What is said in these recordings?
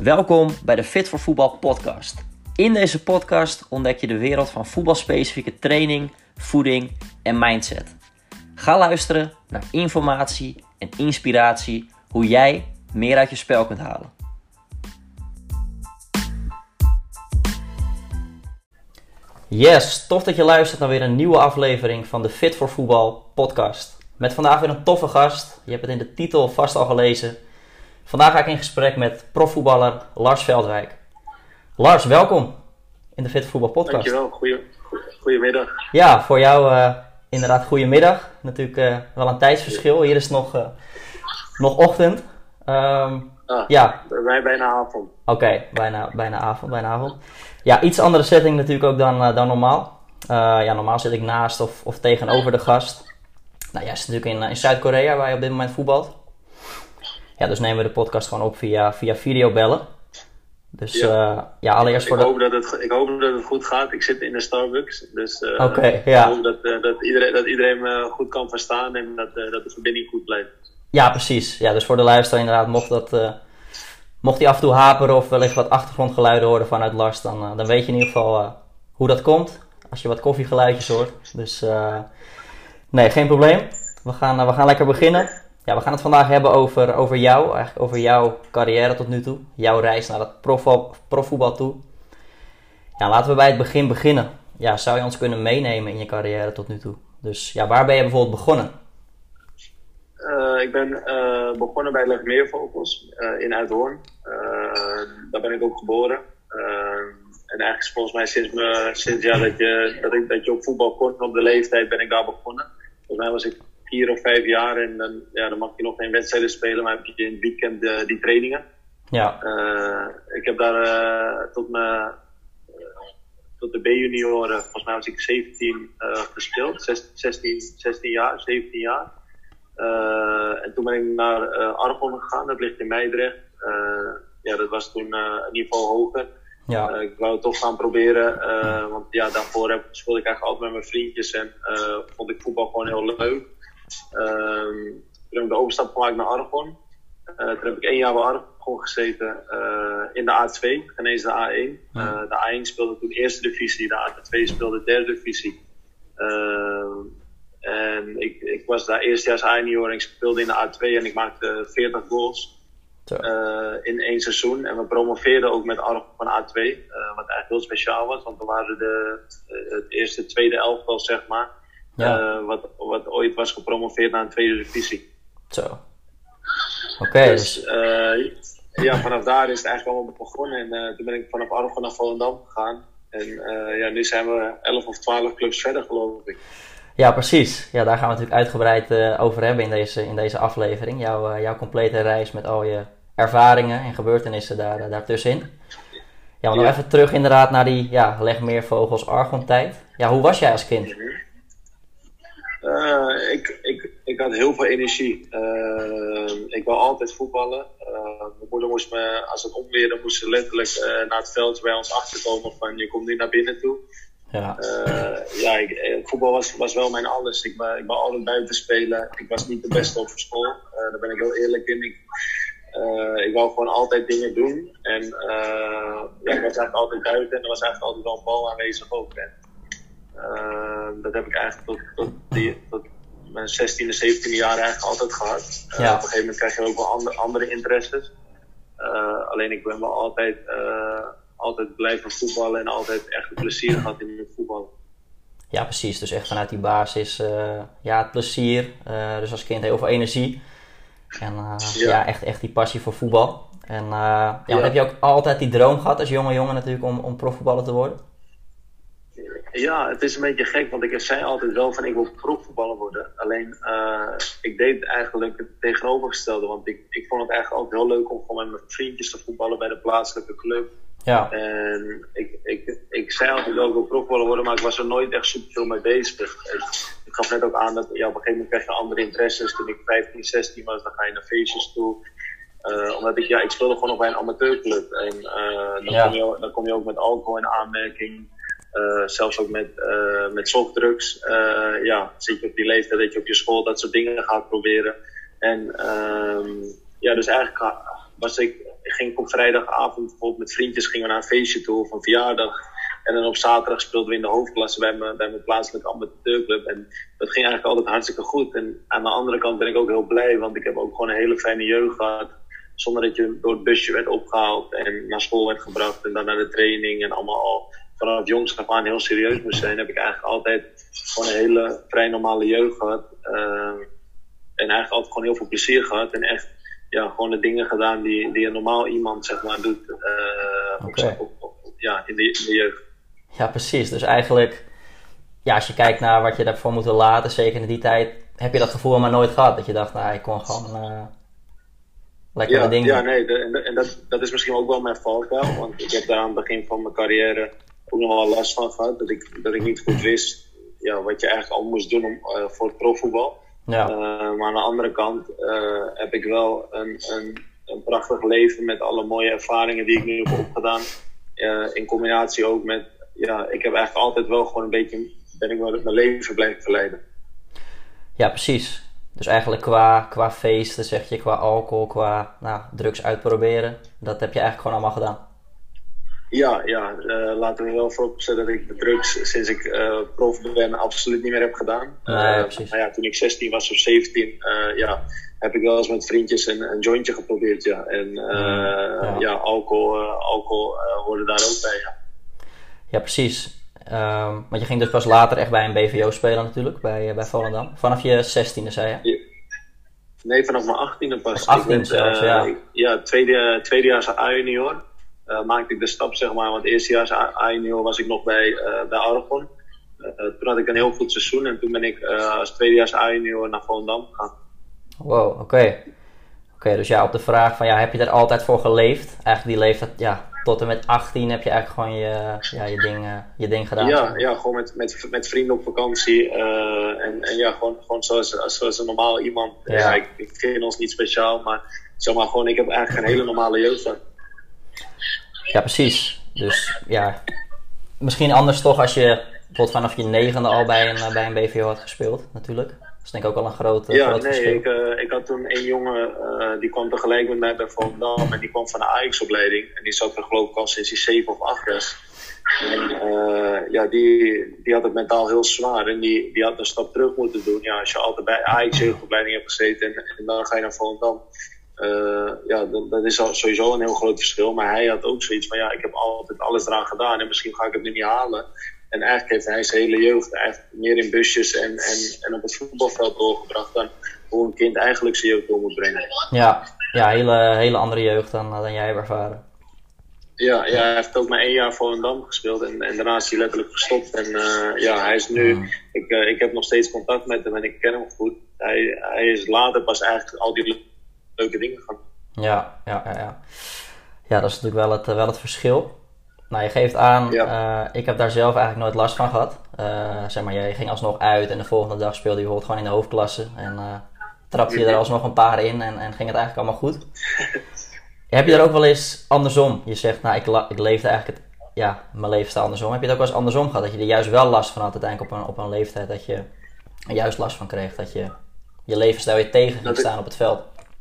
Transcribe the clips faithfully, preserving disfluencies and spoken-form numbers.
Welkom bij de Fit voor Voetbal podcast. In deze podcast ontdek je de wereld van voetbalspecifieke training, voeding en mindset. Ga luisteren naar informatie en inspiratie hoe jij meer uit je spel kunt halen. Yes, tof dat je luistert naar weer een nieuwe aflevering van de Fit voor Voetbal podcast. Met vandaag weer een toffe gast. Je hebt het in de titel vast al gelezen. Vandaag ga ik in gesprek met profvoetballer Lars Veldwijk. Lars, welkom in de Fit voor Voetbal podcast. Dankjewel, goeie, goedemiddag. Ja, voor jou uh, inderdaad goedemiddag. Natuurlijk uh, wel een tijdsverschil. Hier is het nog, uh, nog ochtend. Um, ah, ja. Bij mij bijna avond. Oké, okay, bijna, bijna avond, bijna avond. Ja, iets andere setting natuurlijk ook dan, uh, dan normaal. Uh, ja, normaal zit ik naast of, of tegenover de gast. Nou, jij zit natuurlijk in, in Zuid-Korea waar je op dit moment voetbalt. Ja, dus nemen we de podcast gewoon op via, via videobellen. Dus ja, uh, ja allereerst voor ik hoop de... dat het, ik hoop dat het goed gaat. Ik zit in de Starbucks. Dus uh, okay, ja. ik hoop dat, uh, dat iedereen, dat iedereen me goed kan verstaan en dat, uh, dat de verbinding goed blijft. Ja, precies. Ja, dus voor de luisteraar inderdaad, mocht dat... Uh, mocht hij af en toe haperen of wellicht wat achtergrondgeluiden horen vanuit Lars, dan, uh, dan weet je in ieder geval uh, hoe dat komt. Als je wat koffiegeluidjes hoort. Dus uh, nee, geen probleem. We gaan, uh, we gaan lekker beginnen. Ja, we gaan het vandaag hebben over, over jou, eigenlijk over jouw carrière tot nu toe. Jouw reis naar het profvoetbal, profvoetbal toe. Ja, laten we bij het begin beginnen. Ja, zou je ons kunnen meenemen in je carrière tot nu toe? Dus ja, waar ben je bijvoorbeeld begonnen? Uh, ik ben uh, begonnen bij Legmeervogels uh, in Uithoorn. Uh, daar ben ik ook geboren. Uh, en eigenlijk volgens mij sinds, me, sinds ja, dat, je, dat, ik, dat je op voetbal kon op de leeftijd ben ik daar begonnen. Volgens mij was ik vier of vijf jaar en dan, ja, dan mag je nog geen wedstrijden spelen, maar heb je in het weekend uh, die trainingen. Ja. Uh, ik heb daar uh, tot, me, uh, tot de B-junioren, volgens mij was ik zeventien uh, gespeeld, zestien, zestien jaar, zeventien jaar. Uh, en toen ben ik naar uh, Argon gegaan, dat ligt in Meidrecht. Uh, ja, dat was toen uh, een niveau hoger. Ja. Uh, ik wou het toch gaan proberen, uh, want ja, daarvoor heb, speelde ik eigenlijk altijd met mijn vriendjes en uh, vond ik voetbal gewoon heel leuk. Uh, toen heb ik de overstap gemaakt naar Argon. Uh, toen heb ik één jaar bij Argon gezeten uh, in de A twee, geen eens de A één. Uh, de A één speelde toen eerste divisie, de A twee speelde derde divisie. Uh, en ik, ik was daar eerstejaars A-junior en ik speelde in de A twee en ik maakte veertig goals. Uh, in één seizoen. En we promoveerden ook met Argon van A twee. Uh, wat eigenlijk heel speciaal was, want we waren de, uh, het eerste, tweede elftal, zeg maar. Ja. Uh, wat, wat ooit was gepromoveerd naar een tweede divisie. Zo. Oké. Okay, dus, dus... Uh, ja, vanaf daar is het eigenlijk allemaal begonnen. En uh, toen ben ik vanaf Argon naar Volendam gegaan. En uh, ja, nu zijn we elf of twaalf clubs verder, geloof ik. Ja, precies. Ja, daar gaan we natuurlijk uitgebreid uh, over hebben in deze, in deze aflevering. Jouw, uh, jouw complete reis met al je ervaringen en gebeurtenissen daar, uh, daartussenin. Ja, maar nog ja. even terug inderdaad naar die ja, Legmeervogels Argon tijd. Ja, hoe was jij als kind? Uh, ik, ik, ik had heel veel energie. Uh, ik wou altijd voetballen. Uh, mijn moeder moest me, als het omweerde, moest ze letterlijk uh, naar het veld bij ons achterkomen van je komt nu naar binnen toe. Ja, uh, ja ik, voetbal was, was wel mijn alles. Ik ben, ik ben altijd buiten spelen. Ik was niet de beste op school. Uh, daar ben ik heel eerlijk in. Ik, uh, ik wou gewoon altijd dingen doen. En uh, ja, ik was eigenlijk altijd buiten en er was eigenlijk altijd wel een bal aanwezig ook. En, uh, dat heb ik eigenlijk tot, tot, die, tot mijn zestiende, zeventiende jaar eigenlijk altijd gehad. Uh, ja. Op een gegeven moment krijg je ook wel andere, andere interesses. Uh, alleen ik ben wel altijd... Uh, altijd blijven voetballen en altijd echt plezier gehad in het voetballen. Ja, precies. Dus echt vanuit die basis, uh, ja, het plezier. Uh, dus als kind heel veel energie. En uh, ja. ja, echt, echt die passie voor voetbal. En uh, ja, ja. heb je ook altijd die droom gehad als jonge jongen natuurlijk om, om profvoetballer te worden? Ja, het is een beetje gek, want ik zei altijd wel van ik wil profvoetballer worden. Alleen, uh, ik deed eigenlijk het tegenovergestelde, want ik, ik vond het eigenlijk altijd heel leuk om gewoon met mijn vriendjes te voetballen bij de plaatselijke club. Ja. En ik, ik, ik zei altijd wel, ik wil profvoetballer worden, maar ik was er nooit echt super veel mee bezig. Ik, ik gaf net ook aan dat ja, op een gegeven moment krijg je andere interesses. Toen ik vijftien, zestien was, dan ga je naar feestjes toe. Uh, omdat ik, ja, ik speelde gewoon nog bij een amateurclub. En uh, dan, ja. kom je, dan kom je ook met alcohol in aanmerking. Uh, zelfs ook met, uh, met softdrugs. Uh, ja, zit je op die leeftijd dat je op je school dat soort dingen gaat proberen. En um, ja, dus eigenlijk was ik ging ik op vrijdagavond bijvoorbeeld met vriendjes gingen we naar een feestje toe of een verjaardag. En dan op zaterdag speelden we in de hoofdklasse bij mijn, bij mijn plaatselijke amateurclub. En dat ging eigenlijk altijd hartstikke goed. En aan de andere kant ben ik ook heel blij, want ik heb ook gewoon een hele fijne jeugd gehad. Zonder dat je door het busje werd opgehaald en naar school werd gebracht en dan naar de training. En allemaal al vanaf jongs af aan heel serieus moest zijn. Heb ik eigenlijk altijd gewoon een hele vrij normale jeugd gehad. Uh, en eigenlijk altijd gewoon heel veel plezier gehad. En echt ja, gewoon de dingen gedaan die, die een normaal iemand zeg maar doet uh, okay. op, op, op, ja, in, de, in de jeugd. Ja, precies. Dus eigenlijk, ja, als je kijkt naar wat je daarvoor moet laten, zeker in die tijd, heb je dat gevoel maar nooit gehad. Dat je dacht, nou, ik kon gewoon uh, lekker ja, de dingen Ja, nee, de, en, de, en dat, dat is misschien ook wel mijn valkuil. Want ik heb daar aan het begin van mijn carrière ook nog wel last van gehad. Dat ik, dat ik niet goed wist ja, wat je eigenlijk al moest doen om, uh, voor het profvoetbal. Ja. Uh, maar aan de andere kant uh, heb ik wel een, een, een prachtig leven met alle mooie ervaringen die ik nu heb opgedaan. Uh, in combinatie ook met, ja, ik heb eigenlijk altijd wel gewoon een beetje, ben ik wel mijn leven blijven verleiden. Ja, precies. Dus eigenlijk qua, qua feesten, zeg je, qua alcohol, qua nou, drugs uitproberen, dat heb je eigenlijk gewoon allemaal gedaan. Ja, ja uh, laten we wel vooropstellen dat ik de drugs sinds ik uh, prof ben absoluut niet meer heb gedaan. Nee, uh, precies. Maar ja, toen ik zestien was of zeventien, uh, ja, heb ik wel eens met vriendjes een, een jointje geprobeerd. Ja. En uh, ja. ja, alcohol, uh, alcohol uh, hoorde daar ook bij. Ja, ja precies. Um, want je ging dus pas later echt bij een B V O spelen natuurlijk, bij, bij Volendam. Vanaf je zestiende, zei je? Ja. Nee, vanaf mijn achttiende pas. achttiende zelfs, uh, ja. Ik, ja, tweede, tweedejaars A-junior. Uh, maakte ik de stap, zeg maar, want eerstejaars A-junior was ik nog bij, uh, bij Aragon. Uh, toen had ik een heel goed seizoen en toen ben ik uh, als tweedejaars A-junior naar Volendam gegaan. Wow, oké. Okay. Oké, okay, dus ja, op de vraag van ja, heb je er altijd voor geleefd? Eigenlijk die leeftijd, ja, tot en met achttien heb je eigenlijk gewoon je, ja, je, ding, uh, je ding gedaan. Ja, ja, gewoon met, met, met vrienden op vakantie. Uh, en, en ja, gewoon, gewoon zoals, zoals een normaal iemand. Ja. Ja, ik, ik vind ons niet speciaal, maar zeg maar gewoon, ik heb eigenlijk een hele normale jeugd gehad. Ja, precies. Dus ja, misschien anders toch als je bijvoorbeeld vanaf je negende al bij een, bij een B V O had gespeeld, natuurlijk. Dat is denk ik ook al een groot, ja, groot nee, verschil. Ik, uh, ik had toen een jongen, uh, die kwam tegelijk met mij bij Volendam en die kwam van de Ajax-opleiding. En die zat er geloof ik al sinds hij zeven of acht was. En uh, ja, die, die had het mentaal heel zwaar en die, die had een stap terug moeten doen. Ja, als je altijd bij Ajax-jeugdopleiding hebt gezeten en, en dan ga je naar Volendam. Uh, ja, dat, dat is al sowieso een heel groot verschil. Maar hij had ook zoiets van, ja, ik heb altijd alles eraan gedaan en misschien ga ik het nu niet halen. En eigenlijk heeft hij zijn hele jeugd eigenlijk meer in busjes en, en, en op het voetbalveld doorgebracht dan hoe een kind eigenlijk zijn jeugd door moet brengen. Ja, ja hele, hele andere jeugd dan, dan jij hebt ervaren. Ja, ja, hij heeft ook maar één jaar Volendam gespeeld en, en daarna is hij letterlijk gestopt. En uh, ja, hij is nu, mm. ik, uh, ik heb nog steeds contact met hem en ik ken hem goed. Hij, hij is later pas eigenlijk al die leuke dingen gaan. Ja, ja, ja, ja. Ja, dat is natuurlijk wel het, wel het verschil. Nou, je geeft aan, ja. uh, ik heb daar zelf eigenlijk nooit last van gehad. Uh, zeg maar, je ging alsnog uit en de volgende dag speelde je bijvoorbeeld gewoon in de hoofdklasse. En uh, trapte je er alsnog een paar in en, en ging het eigenlijk allemaal goed. Heb je er ook wel eens andersom? Je zegt, nou, ik, la- ik leefde eigenlijk, het, ja, mijn leven staat andersom. Heb je het ook wel eens andersom gehad? Dat je er juist wel last van had uiteindelijk op een, op een leeftijd dat je er juist last van kreeg? Dat je je levensstijl weer tegen ging staan op het veld?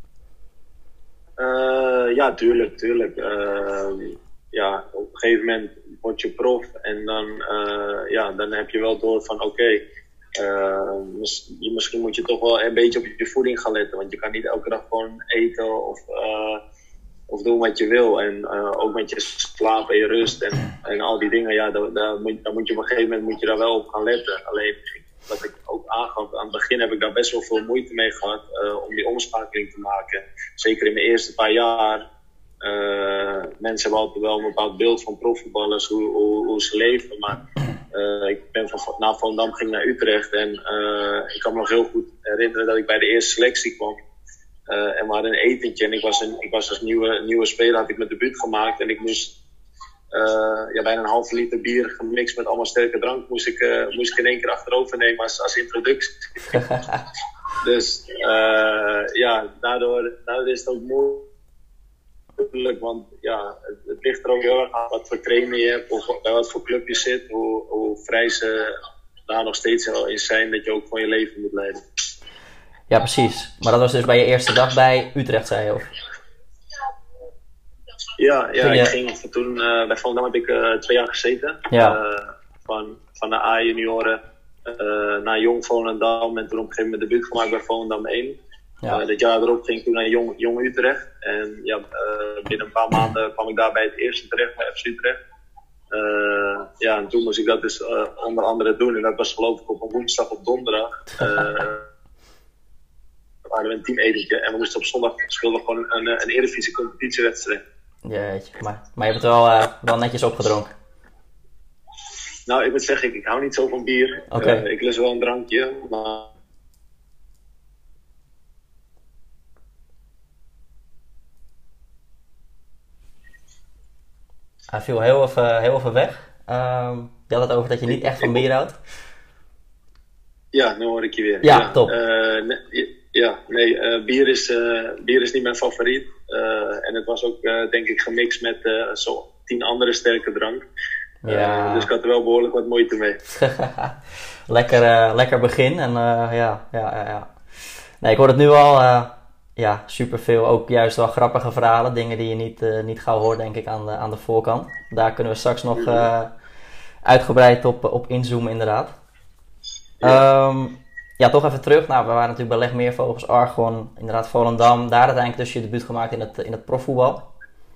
Uh, ja, tuurlijk, tuurlijk. Uh, ja, op een gegeven moment word je prof en dan, uh, ja, dan heb je wel door van oké, okay, uh, mis, misschien moet je toch wel een beetje op je voeding gaan letten. Want je kan niet elke dag gewoon eten of, uh, of doen wat je wil. En uh, ook met je slaap en je rust en, en al die dingen, ja, daar, daar, moet, daar moet je op een gegeven moment moet je daar wel op gaan letten. Alleen, wat ik ook aangaf, aan het begin heb ik daar best wel veel moeite mee gehad uh, om die omschakeling te maken. Zeker in mijn eerste paar jaar. Uh, mensen hebben altijd wel een bepaald beeld van profvoetballers, hoe, hoe, hoe ze leven. Maar uh, ik ben van na Volendam ging naar Utrecht en uh, ik kan me nog heel goed herinneren dat ik bij de eerste selectie kwam. Uh, en we hadden een etentje en ik was, een, ik was als nieuwe, nieuwe speler, had ik mijn debuut gemaakt en ik moest uh, ja, bijna een halve liter bier gemixt met allemaal sterke drank moest ik, uh, moest ik in één keer achterover nemen als, als introductie. Dus uh, ja, daardoor, daardoor is het ook moeilijk. Want ja, het, het ligt er ook heel erg aan wat voor trainer je hebt of bij wat voor club je zit, hoe, hoe vrij ze daar nog steeds wel in zijn dat je ook gewoon je leven moet leiden. Ja, precies. Maar dat was dus bij je eerste dag bij Utrecht, zei je? Of? Ja, ja Toen je- ik ging toen, uh, bij Volendam heb ik uh, twee jaar gezeten. Ja. Uh, van, van de A-junioren uh, naar Jong Volendam en toen op een gegeven moment debuut gemaakt bij Volendam één. Ja. Uh, dit jaar erop ging ik toen naar Jong, Jong Utrecht. En ja, uh, binnen een paar maanden kwam ik daar bij het eerste terecht, bij F C Utrecht. Uh, ja, en toen moest ik dat dus uh, onder andere doen. En dat was geloof ik op een woensdag of donderdag. Uh, hadden we een teamedentje en we moesten op zondag speelden gewoon een, een Eredivisie competitiewedstrijd. Jeetje, maar, maar je hebt het wel, uh, wel netjes opgedronken. Nou, ik moet zeggen, ik, ik hou niet zo van bier. Okay. Uh, ik lust wel een drankje, maar... Hij viel heel even, heel even weg. Um, je had het over dat je niet echt van bier houdt. Ja, nu hoor ik je weer. Ja, ja top. Uh, nee, ja, nee, uh, bier, is, uh, bier is niet mijn favoriet. Uh, en het was ook, uh, denk ik, gemixt met uh, zo tien andere sterke drank. Ja. Uh, dus ik had er wel behoorlijk wat moeite mee. lekker, uh, lekker begin. En uh, ja, ja, ja, ja. Nee, ik hoor het nu al. Uh, ja, superveel. Ook juist wel grappige verhalen. Dingen die je niet, uh, niet gauw hoort, denk ik, aan de, aan de voorkant. Daar kunnen we straks nog uh, uitgebreid op, op inzoomen, inderdaad. Ja. Um, ja, toch even terug. Nou, we waren natuurlijk bij Legmeervogels, Argon, inderdaad Volendam. Daar uiteindelijk dus je debuut gemaakt in het, in het profvoetbal.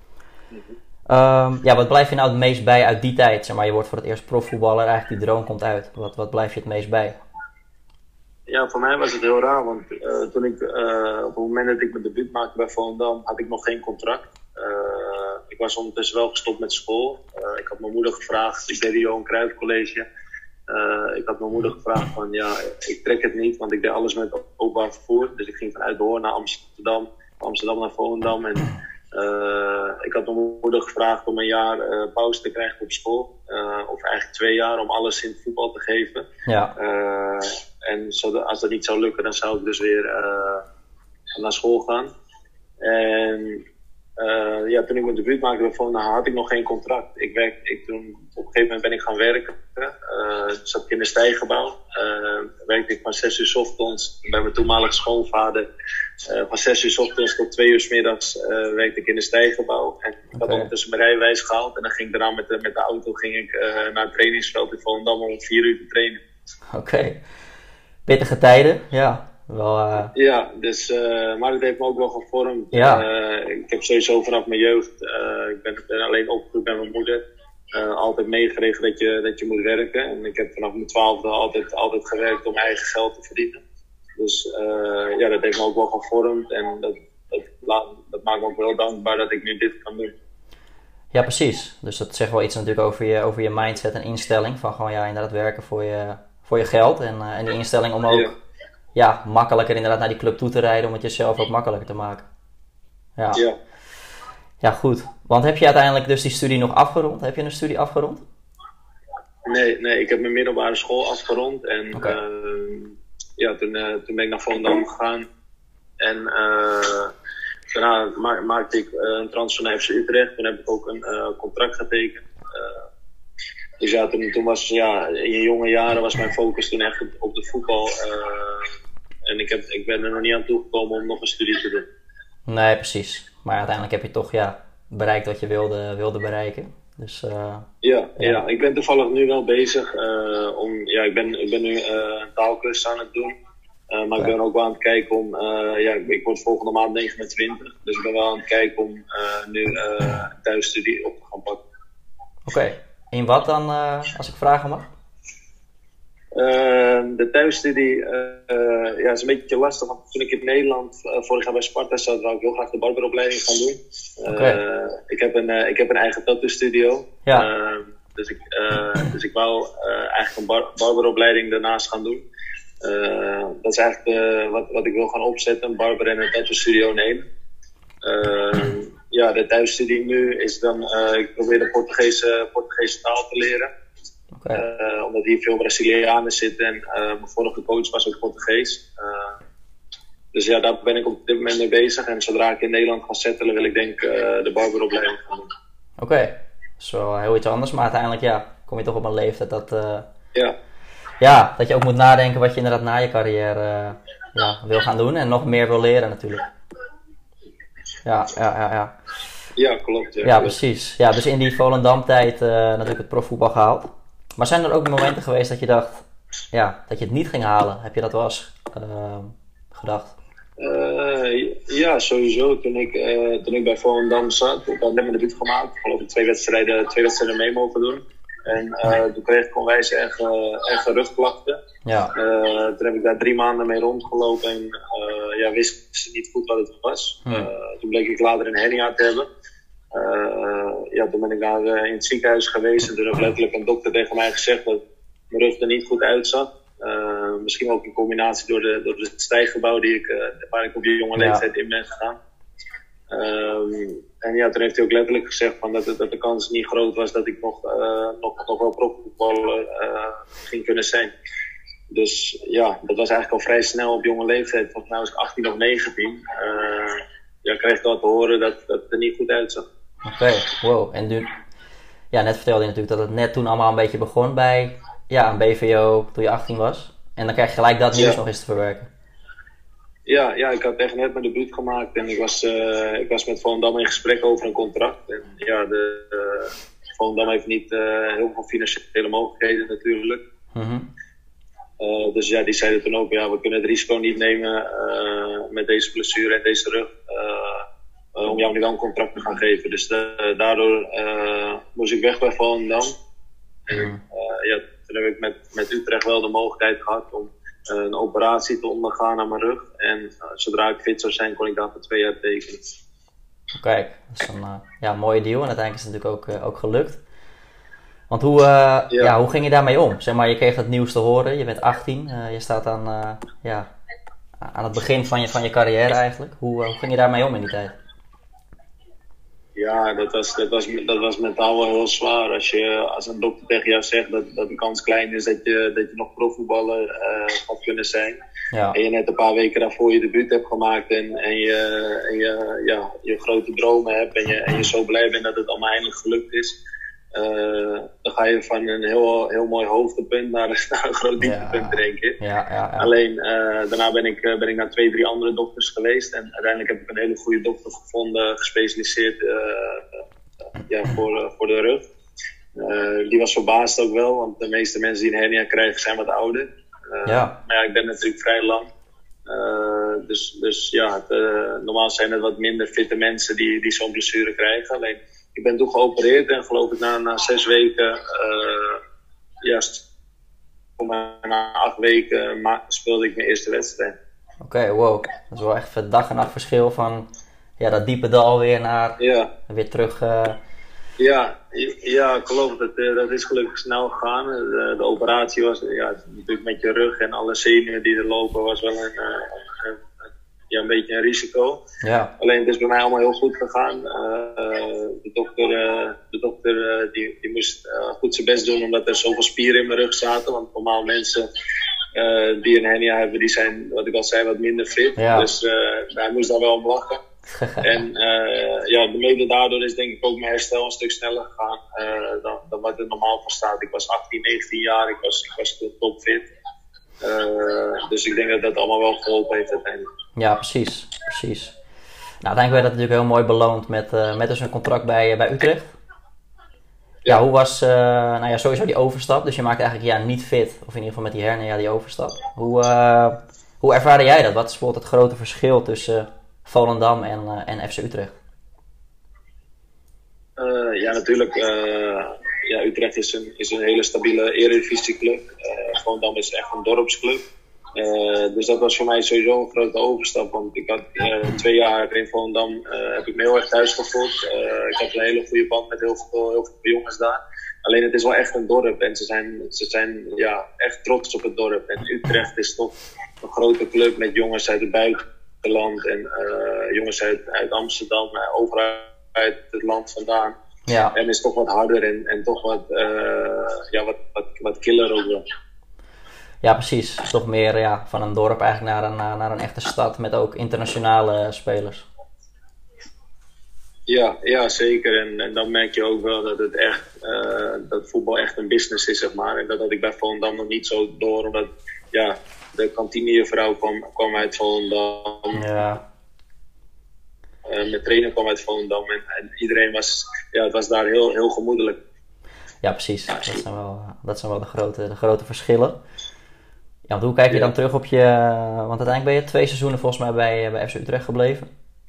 Um, ja, wat blijf je nou het meest bij uit die tijd? Zeg maar, je wordt voor het eerst profvoetballer, eigenlijk die droom komt uit. Wat, wat blijf je het meest bij? Ja, voor mij was het heel raar, want uh, toen ik, uh, op het moment dat ik mijn debuut maakte bij Volendam, had ik nog geen contract. Uh, ik was ondertussen wel gestopt met school. Uh, ik had mijn moeder gevraagd, ik deed de Johan Cruijff College. Uh, ik had mijn moeder gevraagd van, ja, ik trek het niet, want ik deed alles met openbaar vervoer. Dus ik ging vanuit de Hoorn naar Amsterdam, van Amsterdam naar Volendam. En uh, ik had mijn moeder gevraagd om een jaar uh, pauze te krijgen op school. Uh, of eigenlijk twee jaar om alles in het voetbal te geven. Ja. Uh, en zodat, als dat niet zou lukken, dan zou ik dus weer uh, naar school gaan. En uh, ja, toen ik mijn debuut maakte bij Volendam, had ik nog geen contract. Ik werk, ik toen, op een gegeven moment ben ik gaan werken. Uh, zat ik in de stijgebouw. Uh, werkte ik van zes uur 's ochtends bij mijn toenmalige schoonvader. Uh, van zes uur 's ochtends tot twee uur 's middags uh, werkte ik in de stijgebouw. En ik had Okay. ondertussen mijn rijbewijs gehaald. En dan ging ik daarna met de, met de auto ging ik, uh, naar het trainingsveld in Volendam om vier uur te trainen. Oké. Okay. Pittige tijden, ja. Wel, uh... Ja, dus, uh, maar het heeft me ook wel gevormd. Ja. Uh, ik heb sowieso vanaf mijn jeugd, uh, ik ben, ben alleen opgegroeid bij mijn moeder, uh, altijd meegekregen dat je, dat je moet werken. En ik heb vanaf mijn twaalfde altijd, altijd gewerkt om mijn eigen geld te verdienen. Dus uh, ja, dat heeft me ook wel gevormd en dat, dat, dat maakt me ook wel dankbaar dat ik nu dit kan doen. Ja, precies. Dus dat zegt wel iets natuurlijk over je, over je mindset en instelling. Van gewoon ja, inderdaad werken voor je, voor je geld. En, uh, en die instelling om ook ja. Ja, makkelijker inderdaad naar die club toe te rijden. Om het jezelf ook makkelijker te maken. Ja. Ja. Ja, goed. Want heb je uiteindelijk dus die studie nog afgerond? Heb je een studie afgerond? Nee, nee, ik heb mijn middelbare school afgerond. En okay. uh, ja, toen, uh, toen ben ik naar Volendam gegaan. En uh, daarna ma- maakte ik uh, een transfer naar F C Utrecht. Toen heb ik ook een uh, contract getekend. Uh, dus ja, toen, toen was, ja, in je jonge jaren was mijn focus toen echt op, op de voetbal. Uh, en ik, heb, ik ben er nog niet aan toegekomen om nog een studie te doen. Nee, precies. Maar uiteindelijk heb je toch ja, bereikt wat je wilde, wilde bereiken. Dus, uh, ja, ja. ja, ik ben toevallig nu wel bezig. Uh, om, ja, ik, ben, ik ben nu uh, een taalklus aan het doen. Uh, maar ja. ik ben ook wel aan het kijken om... Uh, ja, ik word volgende maand negenentwintig. Dus ik ben wel aan het kijken om uh, nu uh, thuisstudie op te gaan pakken. Oké. Okay. In wat dan, uh, als ik vragen mag? Uh, de thuisstudie uh, uh, ja, is een beetje lastig. Want toen ik in Nederland uh, vorig jaar bij Sparta zat, wou ik heel graag de barberopleiding gaan doen. Uh, okay. ik, heb een, uh, ik heb een eigen tattoo studio. Ja. Uh, dus, ik, uh, dus ik wou uh, eigenlijk een bar- barberopleiding daarnaast gaan doen. Uh, dat is eigenlijk uh, wat, wat ik wil gaan opzetten. Een barber en een tattoo studio in één. Uh, ja, de thuisstudie nu is dan... Uh, ik probeer de Portugese, Portugese taal te leren. Okay. Uh, omdat hier veel Brazilianen zitten en uh, mijn vorige coach was ook Portugees. Uh, dus ja, daar ben ik op dit moment mee bezig. En zodra ik in Nederland ga settelen, wil ik denk uh, de barberopleiding gaan doen. Oké, okay. Dat is wel heel iets anders. Maar uiteindelijk ja, kom je toch op een leeftijd dat, uh, ja. Ja, dat je ook moet nadenken wat je inderdaad na je carrière uh, ja, wil gaan doen. En nog meer wil leren natuurlijk. Ja, ja, ja, ja. Ja, klopt. Ja, Ja, klopt. precies. Ja, dus in die Volendam-tijd uh, natuurlijk het profvoetbal gehaald. Maar zijn er ook momenten geweest dat je dacht, ja, dat je het niet ging halen? Heb je dat wel eens uh, gedacht? Uh, ja, sowieso. Toen ik, uh, toen ik bij Volendam zat, ik had net mijn debuut gemaakt. Ik geloof ik twee wedstrijden, twee wedstrijden mee mogen doen. En uh, toen kreeg ik onwijs erg, uh, erg rugklachten. Ja. Uh, toen heb ik daar drie maanden mee rondgelopen en uh, ja, wist niet goed wat het was. Hmm. Uh, toen bleek ik later een hernia te hebben. Uh, ja, toen ben ik daar uh, in het ziekenhuis geweest en toen heeft letterlijk een dokter tegen mij gezegd dat mijn rug er niet goed uitzag. Uh, misschien ook in combinatie door, de, door het stijggebouw die ik, uh, waar ik op die jonge leeftijd ja. in ben gegaan. Um, en ja, toen heeft hij ook letterlijk gezegd van dat, dat de kans niet groot was dat ik nog, uh, nog, nog wel profvoetballer uh, ging kunnen zijn. Dus ja, dat was eigenlijk al vrij snel op jonge leeftijd. Volgens mij was ik achttien of negentien. Uh, ja, kreeg ik al te horen dat, dat het er niet goed uitzag. Oké, okay, wow. En nu, ja, net vertelde je natuurlijk dat het net toen allemaal een beetje begon bij ja, een B V O toen je achttien was. En dan krijg je gelijk dat nieuws ja. nog eens te verwerken. Ja, ja, ik had echt net mijn debuut gemaakt en ik was, uh, ik was met Volendam in gesprek over een contract. En ja, de, uh, Volendam heeft niet uh, heel veel financiële mogelijkheden natuurlijk. Mm-hmm. Uh, dus ja, die zeiden toen ook, ja, we kunnen het risico niet nemen uh, met deze blessure en deze rug. Uh, uh, om jou nu wel een contract te gaan geven. Dus de, daardoor uh, moest ik weg bij Volendam. En uh, ja, toen heb ik met, met Utrecht wel de mogelijkheid gehad om uh, een operatie te ondergaan aan mijn rug. En uh, zodra ik fit zou zijn, kon ik daar voor twee jaar tekenen. Kijk, dat is een uh, ja, mooie deal en uiteindelijk is het natuurlijk ook, uh, ook gelukt. Want hoe, uh, ja. Ja, hoe ging je daarmee om? Zeg maar, je kreeg het nieuws te horen, je bent achttien, uh, je staat aan, uh, ja, aan het begin van je, van je carrière eigenlijk. Hoe, uh, hoe ging je daarmee om in die tijd? Ja, dat was, dat was, dat was mentaal wel heel zwaar. Als, je, als een dokter tegen jou zegt dat, dat de kans klein is dat je, dat je nog profvoetballer uh, gaat kunnen zijn. Ja. En je net een paar weken daarvoor je debuut hebt gemaakt en, en, je, en je, ja, je grote dromen hebt en je, en je zo blij bent dat het allemaal eindelijk gelukt is. Uh, dan ga je van een heel, heel mooi hoogtepunt naar, naar een groot dieptepunt, ja. denk ik. Ja, ja, ja. Alleen, uh, daarna ben ik, uh, ben ik naar twee, drie andere dokters geweest. En uiteindelijk heb ik een hele goede dokter gevonden, gespecialiseerd uh, uh, ja, voor, uh, voor de rug. Uh, die was verbaasd ook wel, want de meeste mensen die een hernia krijgen zijn wat ouder. Uh, ja. Maar ja, ik ben natuurlijk vrij lang. Uh, dus, dus ja, het, uh, normaal zijn het wat minder fitte mensen die, die zo'n blessure krijgen. Alleen, ik ben toen geopereerd en geloof ik na, na zes weken, uh, ja, na acht weken ma- speelde ik mijn eerste wedstrijd. Oké, okay, wow. Dat is wel echt een dag en nacht verschil van ja, dat diepe dal weer naar ja. weer terug. Uh... Ja, ja, klopt. Dat, dat is gelukkig snel gegaan. De, de operatie was ja, natuurlijk met je rug en alle zenuwen die er lopen was wel een, een, een, ja, een beetje een risico. Ja. Alleen het is bij mij allemaal heel goed gegaan. Uh, de dokter, uh, de dokter uh, die, die moest uh, goed zijn best doen omdat er zoveel spieren in mijn rug zaten. Want normaal mensen uh, die een hernia hebben, die zijn, wat ik al zei, wat minder fit. Ja. Dus uh, hij moest daar wel om lachen. En uh, ja, mede daardoor is denk ik ook mijn herstel een stuk sneller gegaan uh, dan, dan wat er normaal voor staat. Ik was achttien, negentien jaar, ik was, ik was topfit. Uh, dus ik denk dat dat allemaal wel geholpen heeft uiteindelijk. Ja, precies. precies. Nou, uiteindelijk werd dat natuurlijk heel mooi beloond met, uh, met dus een contract bij, uh, bij Utrecht. Ja, ja hoe was uh, nou ja, sowieso die overstap? Dus je maakt eigenlijk ja, niet fit, of in ieder geval met die hernia die overstap. Hoe, uh, hoe ervaarde jij dat? Wat is bijvoorbeeld het grote verschil tussen uh, Volendam en, uh, en F C Utrecht? Uh, ja, natuurlijk. Uh, ja, Utrecht is een, is een hele stabiele eredivisieclub. Uh, Volendam is echt een dorpsclub. Uh, dus dat was voor mij sowieso een grote overstap. Want ik had uh, twee jaar in Volendam uh, heb ik me heel erg thuis gevoeld. Uh, ik had een hele goede band met heel veel, heel veel jongens daar. Alleen het is wel echt een dorp. En ze zijn, ze zijn ja, echt trots op het dorp. En Utrecht is toch een grote club met jongens uit het buitenland. En uh, jongens uit, uit Amsterdam. Uh, overal uit het land vandaan. Ja. En is toch wat harder en, en toch wat, uh, ja, wat, wat, wat killer ook wel. Ja, precies. Het is toch meer ja, van een dorp eigenlijk naar een, naar een echte stad met ook internationale spelers. Ja, ja zeker. En, en dan merk je ook wel dat het echt, uh, dat voetbal echt een business is, zeg maar. En dat had ik bij Volendam nog niet zo door, omdat ja, de kantiniervrouw kwam, kwam uit Volendam. Ja. Uh, mijn trainer kwam uit Volendam en, en iedereen was, ja, het was daar heel, heel gemoedelijk. Ja, precies. Dat zijn wel, dat zijn wel de, grote, de grote verschillen. Ja, want hoe kijk je ja. dan terug op je... Want uiteindelijk ben je twee seizoenen volgens mij bij, bij F C Utrecht gebleven.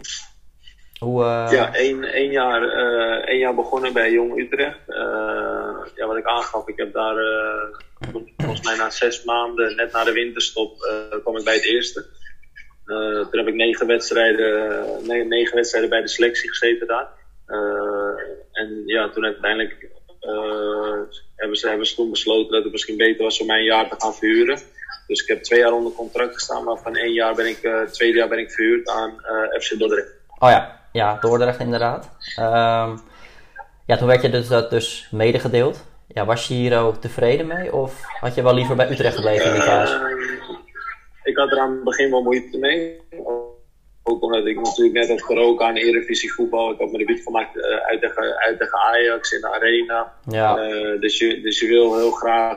Hoe, uh... Ja, één, één, jaar, uh, één jaar begonnen bij Jong Utrecht. Uh, ja, wat ik aangaf, ik heb daar uh, volgens mij na zes maanden, net na de winterstop, uh, kwam ik bij het eerste. Uh, toen heb ik negen wedstrijden, negen, negen wedstrijden bij de selectie gezeten daar. Uh, en ja, toen uiteindelijk uh, hebben, ze, hebben ze toen besloten dat het misschien beter was om mij een jaar te gaan verhuren. Dus ik heb twee jaar onder contract gestaan, waarvan één jaar ben ik, uh, tweede jaar ben ik verhuurd aan uh, F C Dordrecht. Oh ja. Ja, Dordrecht inderdaad. Um, ja, toen werd je dus dat dus medegedeeld. Ja, was je hier ook tevreden mee? Of had je wel liever bij Utrecht gebleven in die fase? Uh, ik had er aan het begin wel moeite mee. Ook omdat ik natuurlijk net heb geroken aan Eredivisie voetbal. Ik heb mijn debuut gemaakt uh, uit, tegen, uit tegen Ajax in de Arena. Ja. Uh, dus, je, dus je wil heel graag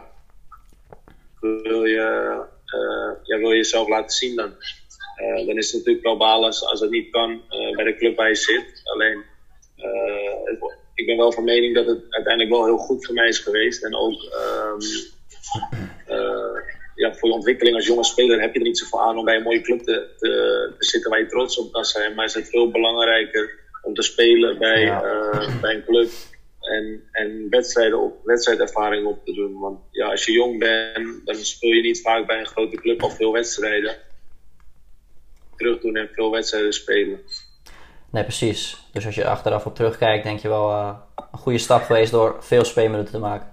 wil je, uh, ja, wil je jezelf laten zien dan. Uh, dan is het natuurlijk wel balen als, als het niet kan uh, bij de club waar je zit. Alleen, uh, het, ik ben wel van mening dat het uiteindelijk wel heel goed voor mij is geweest. En ook um, uh, ja, voor je ontwikkeling als jonge speler heb je er niet zoveel aan om bij een mooie club te, te, te zitten waar je trots op kan zijn. Maar is het veel belangrijker om te spelen bij, ja. uh, bij een club en, en wedstrijden op, wedstrijdervaring op te doen. Want ja, als je jong bent, dan speel je niet vaak bij een grote club al veel wedstrijden. Terug doen en veel wedstrijden spelen. Nee, precies. Dus als je achteraf op terugkijkt, denk je wel uh, een goede stap geweest door veel speelminuten te maken.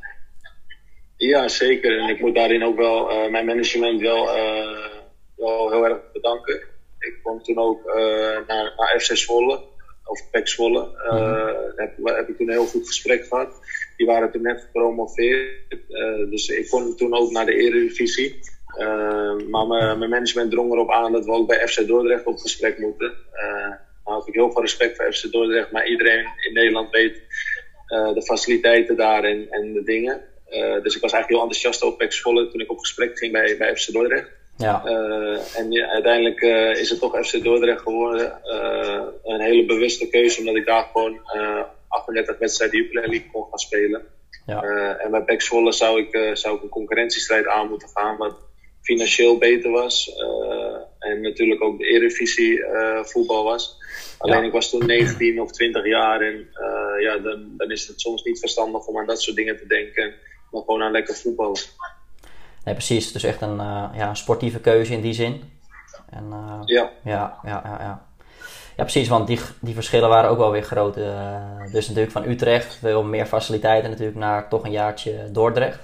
Ja, zeker. En ik moet daarin ook wel uh, mijn management wel, uh, wel heel erg bedanken. Ik kwam toen ook uh, naar, naar F C Zwolle, of P E C Zwolle. Uh, mm-hmm. heb, heb ik toen een heel goed gesprek gehad. Die waren toen net gepromoveerd. Uh, dus ik kon toen ook naar de Eredivisie. Uh, maar mijn management drong erop aan dat we ook bij F C Dordrecht op gesprek moeten. Uh, nou heb ik heel veel respect voor F C Dordrecht, maar iedereen in Nederland weet uh, de faciliteiten daar en, en de dingen. Uh, dus ik was eigenlijk heel enthousiast over P E C Zwolle toen ik op gesprek ging bij, bij F C Dordrecht. Ja. Uh, en ja, uiteindelijk uh, is het toch F C Dordrecht geworden. Uh, een hele bewuste keuze, omdat ik daar gewoon uh, achtendertig wedstrijden Jupiler League kon gaan spelen. Ja. Uh, en bij P E C Zwolle zou ik, uh, zou ik een concurrentiestrijd aan moeten gaan, wat financieel beter was. Uh, en natuurlijk ook de Eredivisie uh, voetbal was. Alleen ja. Ik was toen negentien of twintig jaar en uh, ja, dan, dan is het soms niet verstandig om aan dat soort dingen te denken, maar gewoon aan lekker voetballen. Nee, precies. Dus echt een, uh, ja, een sportieve keuze in die zin. En, uh, ja. Ja, ja, ja, ja. Ja, precies, want die, die verschillen waren ook wel weer groot. Uh, dus natuurlijk van Utrecht, veel meer faciliteiten natuurlijk, naar toch een jaartje Dordrecht.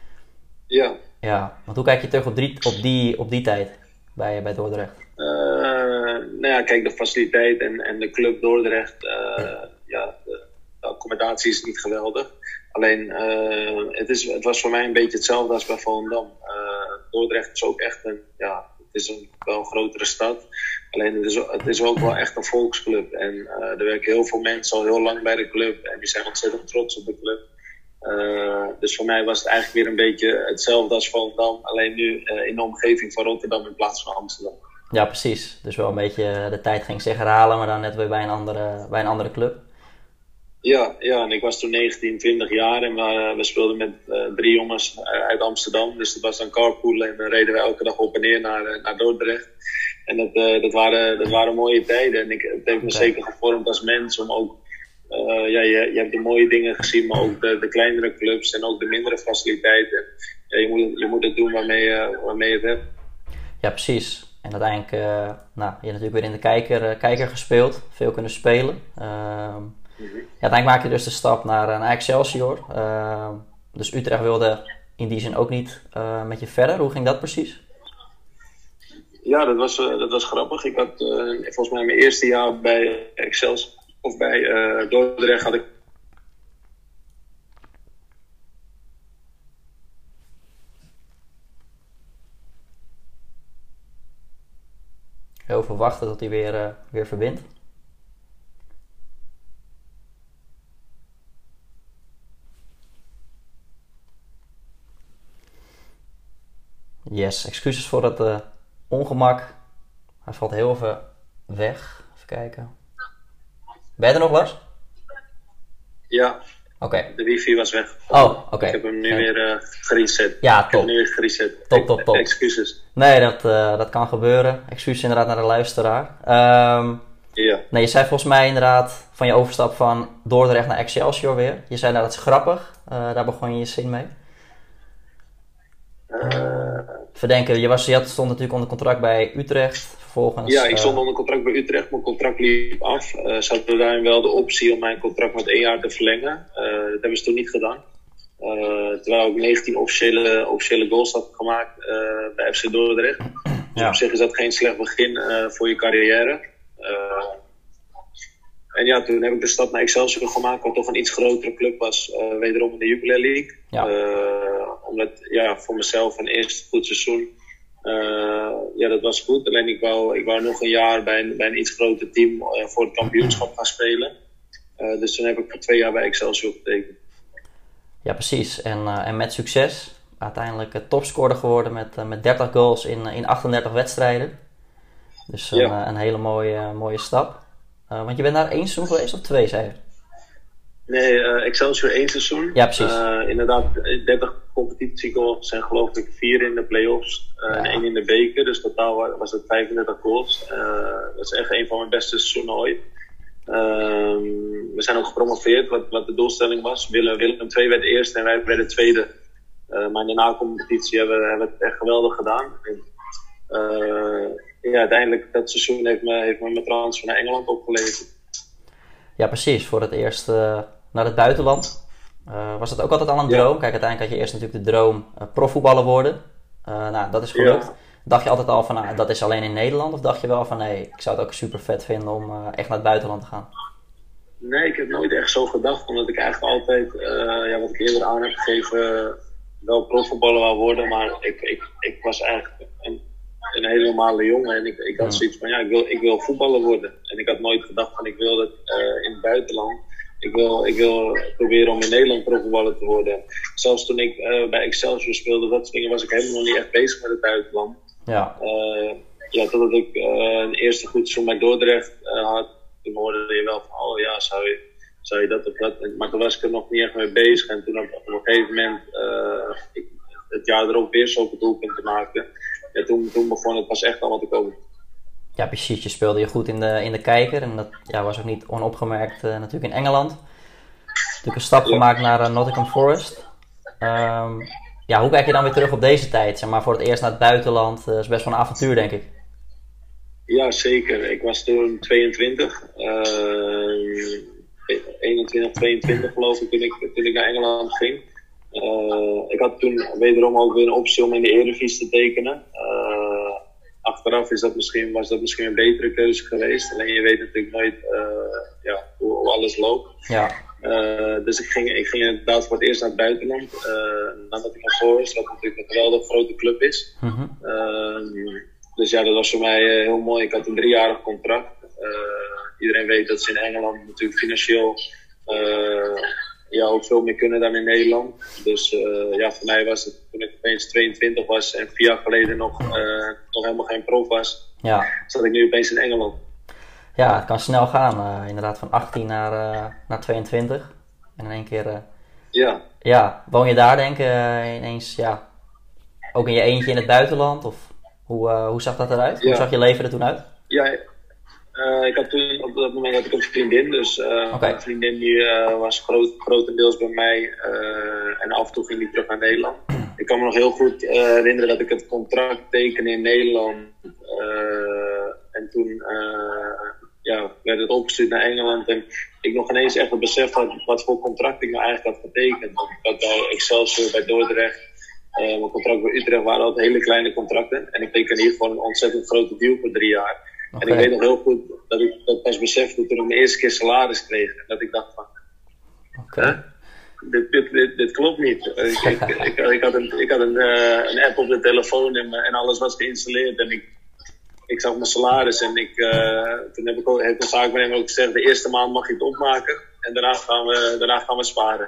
Ja. Ja, want hoe kijk je terug op die, op die, op die tijd bij, bij Dordrecht? Uh, nou ja, kijk, de faciliteit en, en de club Dordrecht, uh, ja, de, de accommodatie is niet geweldig. Alleen, uh, het, is, het was voor mij een beetje hetzelfde als bij Volendam. Uh, Dordrecht is ook echt een, ja, het is een wel een grotere stad. Alleen, het is, het is ook wel echt een volksclub. En uh, er werken heel veel mensen al heel lang bij de club. En die zijn ontzettend trots op de club. Uh, dus voor mij was het eigenlijk weer een beetje hetzelfde als Volendam. Alleen nu uh, in de omgeving van Rotterdam in plaats van Amsterdam. Ja, precies. Dus wel een beetje de tijd ging zich herhalen, maar dan net weer bij een andere, bij een andere club. Ja, ja, en ik was toen negentien, twintig jaar en we, we speelden met uh, drie jongens uit Amsterdam. Dus dat was dan carpoolen en dan reden we elke dag op en neer naar, uh, naar Dordrecht. En dat, uh, dat, waren, dat waren mooie tijden. En ik, het heeft me okay. zeker gevormd als mens om ook... Uh, ja, je, je hebt de mooie dingen gezien, maar ook de, de kleinere clubs en ook de mindere faciliteiten. Ja, je, moet, je moet het doen waarmee je, waarmee je het hebt. Ja, precies. En uiteindelijk, uh, nou, je hebt natuurlijk weer in de kijker, uh, kijker gespeeld, veel kunnen spelen. Uh, mm-hmm. Ja, uiteindelijk maak je dus de stap naar, naar Excelsior. Uh, dus Utrecht wilde in die zin ook niet uh, met je verder. Hoe ging dat precies? Ja, dat was, uh, dat was grappig. Ik had uh, volgens mij mijn eerste jaar bij Excelsior of bij uh, Dordrecht had ik heel veel wachten tot hij weer, uh, weer verbindt. Yes, excuses voor het uh, ongemak. Hij valt heel even weg. Even kijken. Ben je er nog, Lars? Ja. Oké. Okay. De wifi was weg. Oh, oké. Okay. Ik heb hem nu okay. weer uh, gereset. Ja, top. Ik heb hem nu weer gereset. Top, top, top. Excuses. Nee, dat, uh, dat kan gebeuren. Excuses inderdaad naar de luisteraar. Um, ja. Nee, je zei volgens mij inderdaad van je overstap van Dordrecht naar Excelsior weer. Je zei nou, dat is grappig. Uh, daar begon je je zin mee. Uh, Verdenken, je, was, je had, stond natuurlijk onder contract bij Utrecht. Vervolgens, ja, ik stond onder contract bij Utrecht. Mijn contract liep af. Uh, ze hadden daarin wel de optie om mijn contract met één jaar te verlengen. Uh, dat hebben ze toen niet gedaan. Uh, terwijl ik negentien officiële, officiële goals had gemaakt uh, bij F C Dordrecht. Dus ja. Op zich is dat geen slecht begin uh, voor je carrière. Uh, en ja, toen heb ik de stap naar Excelsior gemaakt, wat toch een iets grotere club was. Uh, wederom in de Jupiler League. Ja. Uh, omdat, ja, voor mezelf een eerste goed seizoen. Uh, ja, dat was goed. Alleen ik wou, ik wou nog een jaar bij een, bij een iets groter team uh, voor het kampioenschap gaan spelen. Uh, dus toen heb ik voor twee jaar bij Excelsior getekend. Ja, precies. En, uh, en met succes. Uiteindelijk uh, topscorer geworden met, uh, met dertig goals in, uh, in achtendertig wedstrijden. Dus een, ja. uh, een hele mooie, uh, mooie stap. Uh, want je bent daar één seizoen geweest of twee, zei je? Nee, uh, Excelsior één seizoen. Ja, precies. Uh, inderdaad, dertig competitiegoals zijn geloof ik vier in de play-offs uh, ja. en één in de beker. Dus totaal was het vijfendertig goals. Uh, dat is echt een van mijn beste seizoenen ooit. Uh, we zijn ook gepromoveerd, wat, wat de doelstelling was. Willem, Willem twee werd eerste en wij werden tweede. Uh, maar in de na-competitie hebben, hebben we het echt geweldig gedaan. En, uh, ja, uiteindelijk, dat seizoen heeft me, heeft me mijn transfer naar Engeland opgeleverd. Ja, precies. Voor het eerst uh, naar het buitenland. Uh, was dat ook altijd al een droom? Ja. Kijk, uiteindelijk had je eerst natuurlijk de droom uh, profvoetballer worden. Uh, nou, dat is gelukt. Ja. Dacht je altijd al van, nou, dat is alleen in Nederland? Of dacht je wel van, nee, ik zou het ook super vet vinden om uh, echt naar het buitenland te gaan? Nee, ik heb nooit echt zo gedacht. Omdat ik eigenlijk altijd, uh, ja, wat ik eerder aan heb gegeven, wel profvoetballer wou worden. Maar ik, ik, ik was eigenlijk een, een hele normale jongen. En ik, ik had zoiets van, ja, ik wil, ik wil voetballer worden. En ik had nooit gedacht van, ik wil het uh, in het buitenland. Ik wil, ik wil proberen om in Nederland profvoetballer te worden. Zelfs toen ik uh, bij Excelsior speelde, dat soort dingen, was ik helemaal nog niet echt bezig met het buitenland. Ja. Uh, ja, totdat ik uh, een eerste goed seizoen bij Dordrecht uh, had. Toen hoorde je wel van, oh ja, zou je, zou je dat of dat. Maar toen was ik er nog niet echt mee bezig. En toen op, op een gegeven moment, uh, ik, het jaar erop weer zoveel doelpunten maakte. Ja, toen, toen begon het pas echt allemaal te komen. Ja, precies. Je speelde je goed in de, in de kijker. En dat ja, was ook niet onopgemerkt uh, natuurlijk in Engeland. Natuurlijk een stap ja. gemaakt naar uh, Nottingham Forest. Um, ja, hoe kijk je dan weer terug op deze tijd? Zeg maar, voor het eerst naar het buitenland. Dat uh, is best wel een avontuur, denk ik. Ja, zeker. Ik was toen tweeëntwintig. Uh, eenentwintig, tweeëntwintig geloof ik toen ik, toen ik naar Engeland ging. Uh, ik had toen wederom ook weer een optie om in de Eredivisie te tekenen. Uh, achteraf is dat misschien, was dat misschien een betere keuze geweest. Alleen je weet natuurlijk nooit uh, ja, hoe, hoe alles loopt. Ja. Uh, dus ik ging, ik ging inderdaad voor het eerst naar het buitenland. Uh, naar Nottingham Forest, wat natuurlijk een geweldig grote club is. Mm-hmm. Uh, dus ja, dat was voor mij uh, heel mooi. Ik had een driejarig contract. Uh, iedereen weet dat ze in Engeland natuurlijk financieel uh, ja, ook veel meer kunnen dan in Nederland. Dus uh, ja, voor mij was het toen ik opeens tweeëntwintig was en vier jaar geleden nog, uh, nog helemaal geen prof was. Ja. Zat ik nu opeens in Engeland. Ja, het kan snel gaan. Uh, inderdaad, van achttien naar, uh, naar tweeëntwintig. En in één keer... Uh, ja. Ja, woon je daar denk ik uh, ineens, ja, ook in je eentje in het buitenland? Of hoe, uh, hoe zag dat eruit? Ja. Hoe zag je leven er toen uit? Ja, uh, ik had toen, op dat moment had ik een vriendin. Dus uh, okay. Mijn vriendin die, uh, was groot, grotendeels bij mij. Uh, en af en toe ging die terug naar Nederland. Ik kan me nog heel goed uh, herinneren dat ik het contract tekende in Nederland. Uh, en toen... Uh, ja, werd het opgestuurd naar Engeland en ik nog ineens echt het besef had wat voor contract ik nou eigenlijk had getekend. Want ik had bij Excelsior, bij Dordrecht, uh, mijn contract bij Utrecht waren altijd hele kleine contracten. En ik tekende hier gewoon een ontzettend grote deal voor drie jaar. Okay. En ik weet nog heel goed dat ik dat pas besefte toen ik mijn eerste keer salaris kreeg. En dat ik dacht van, okay. huh? dit, dit, dit, dit klopt niet. ik, ik, ik, ik had, een, ik had een, uh, een app op de telefoon en, en alles was geïnstalleerd en ik... Ik zag mijn salaris en ik, uh, toen heb ik ook, heeft mijn zaakwaarnemer ook gezegd, de eerste maand mag je het opmaken en daarna gaan we, daarna gaan we sparen.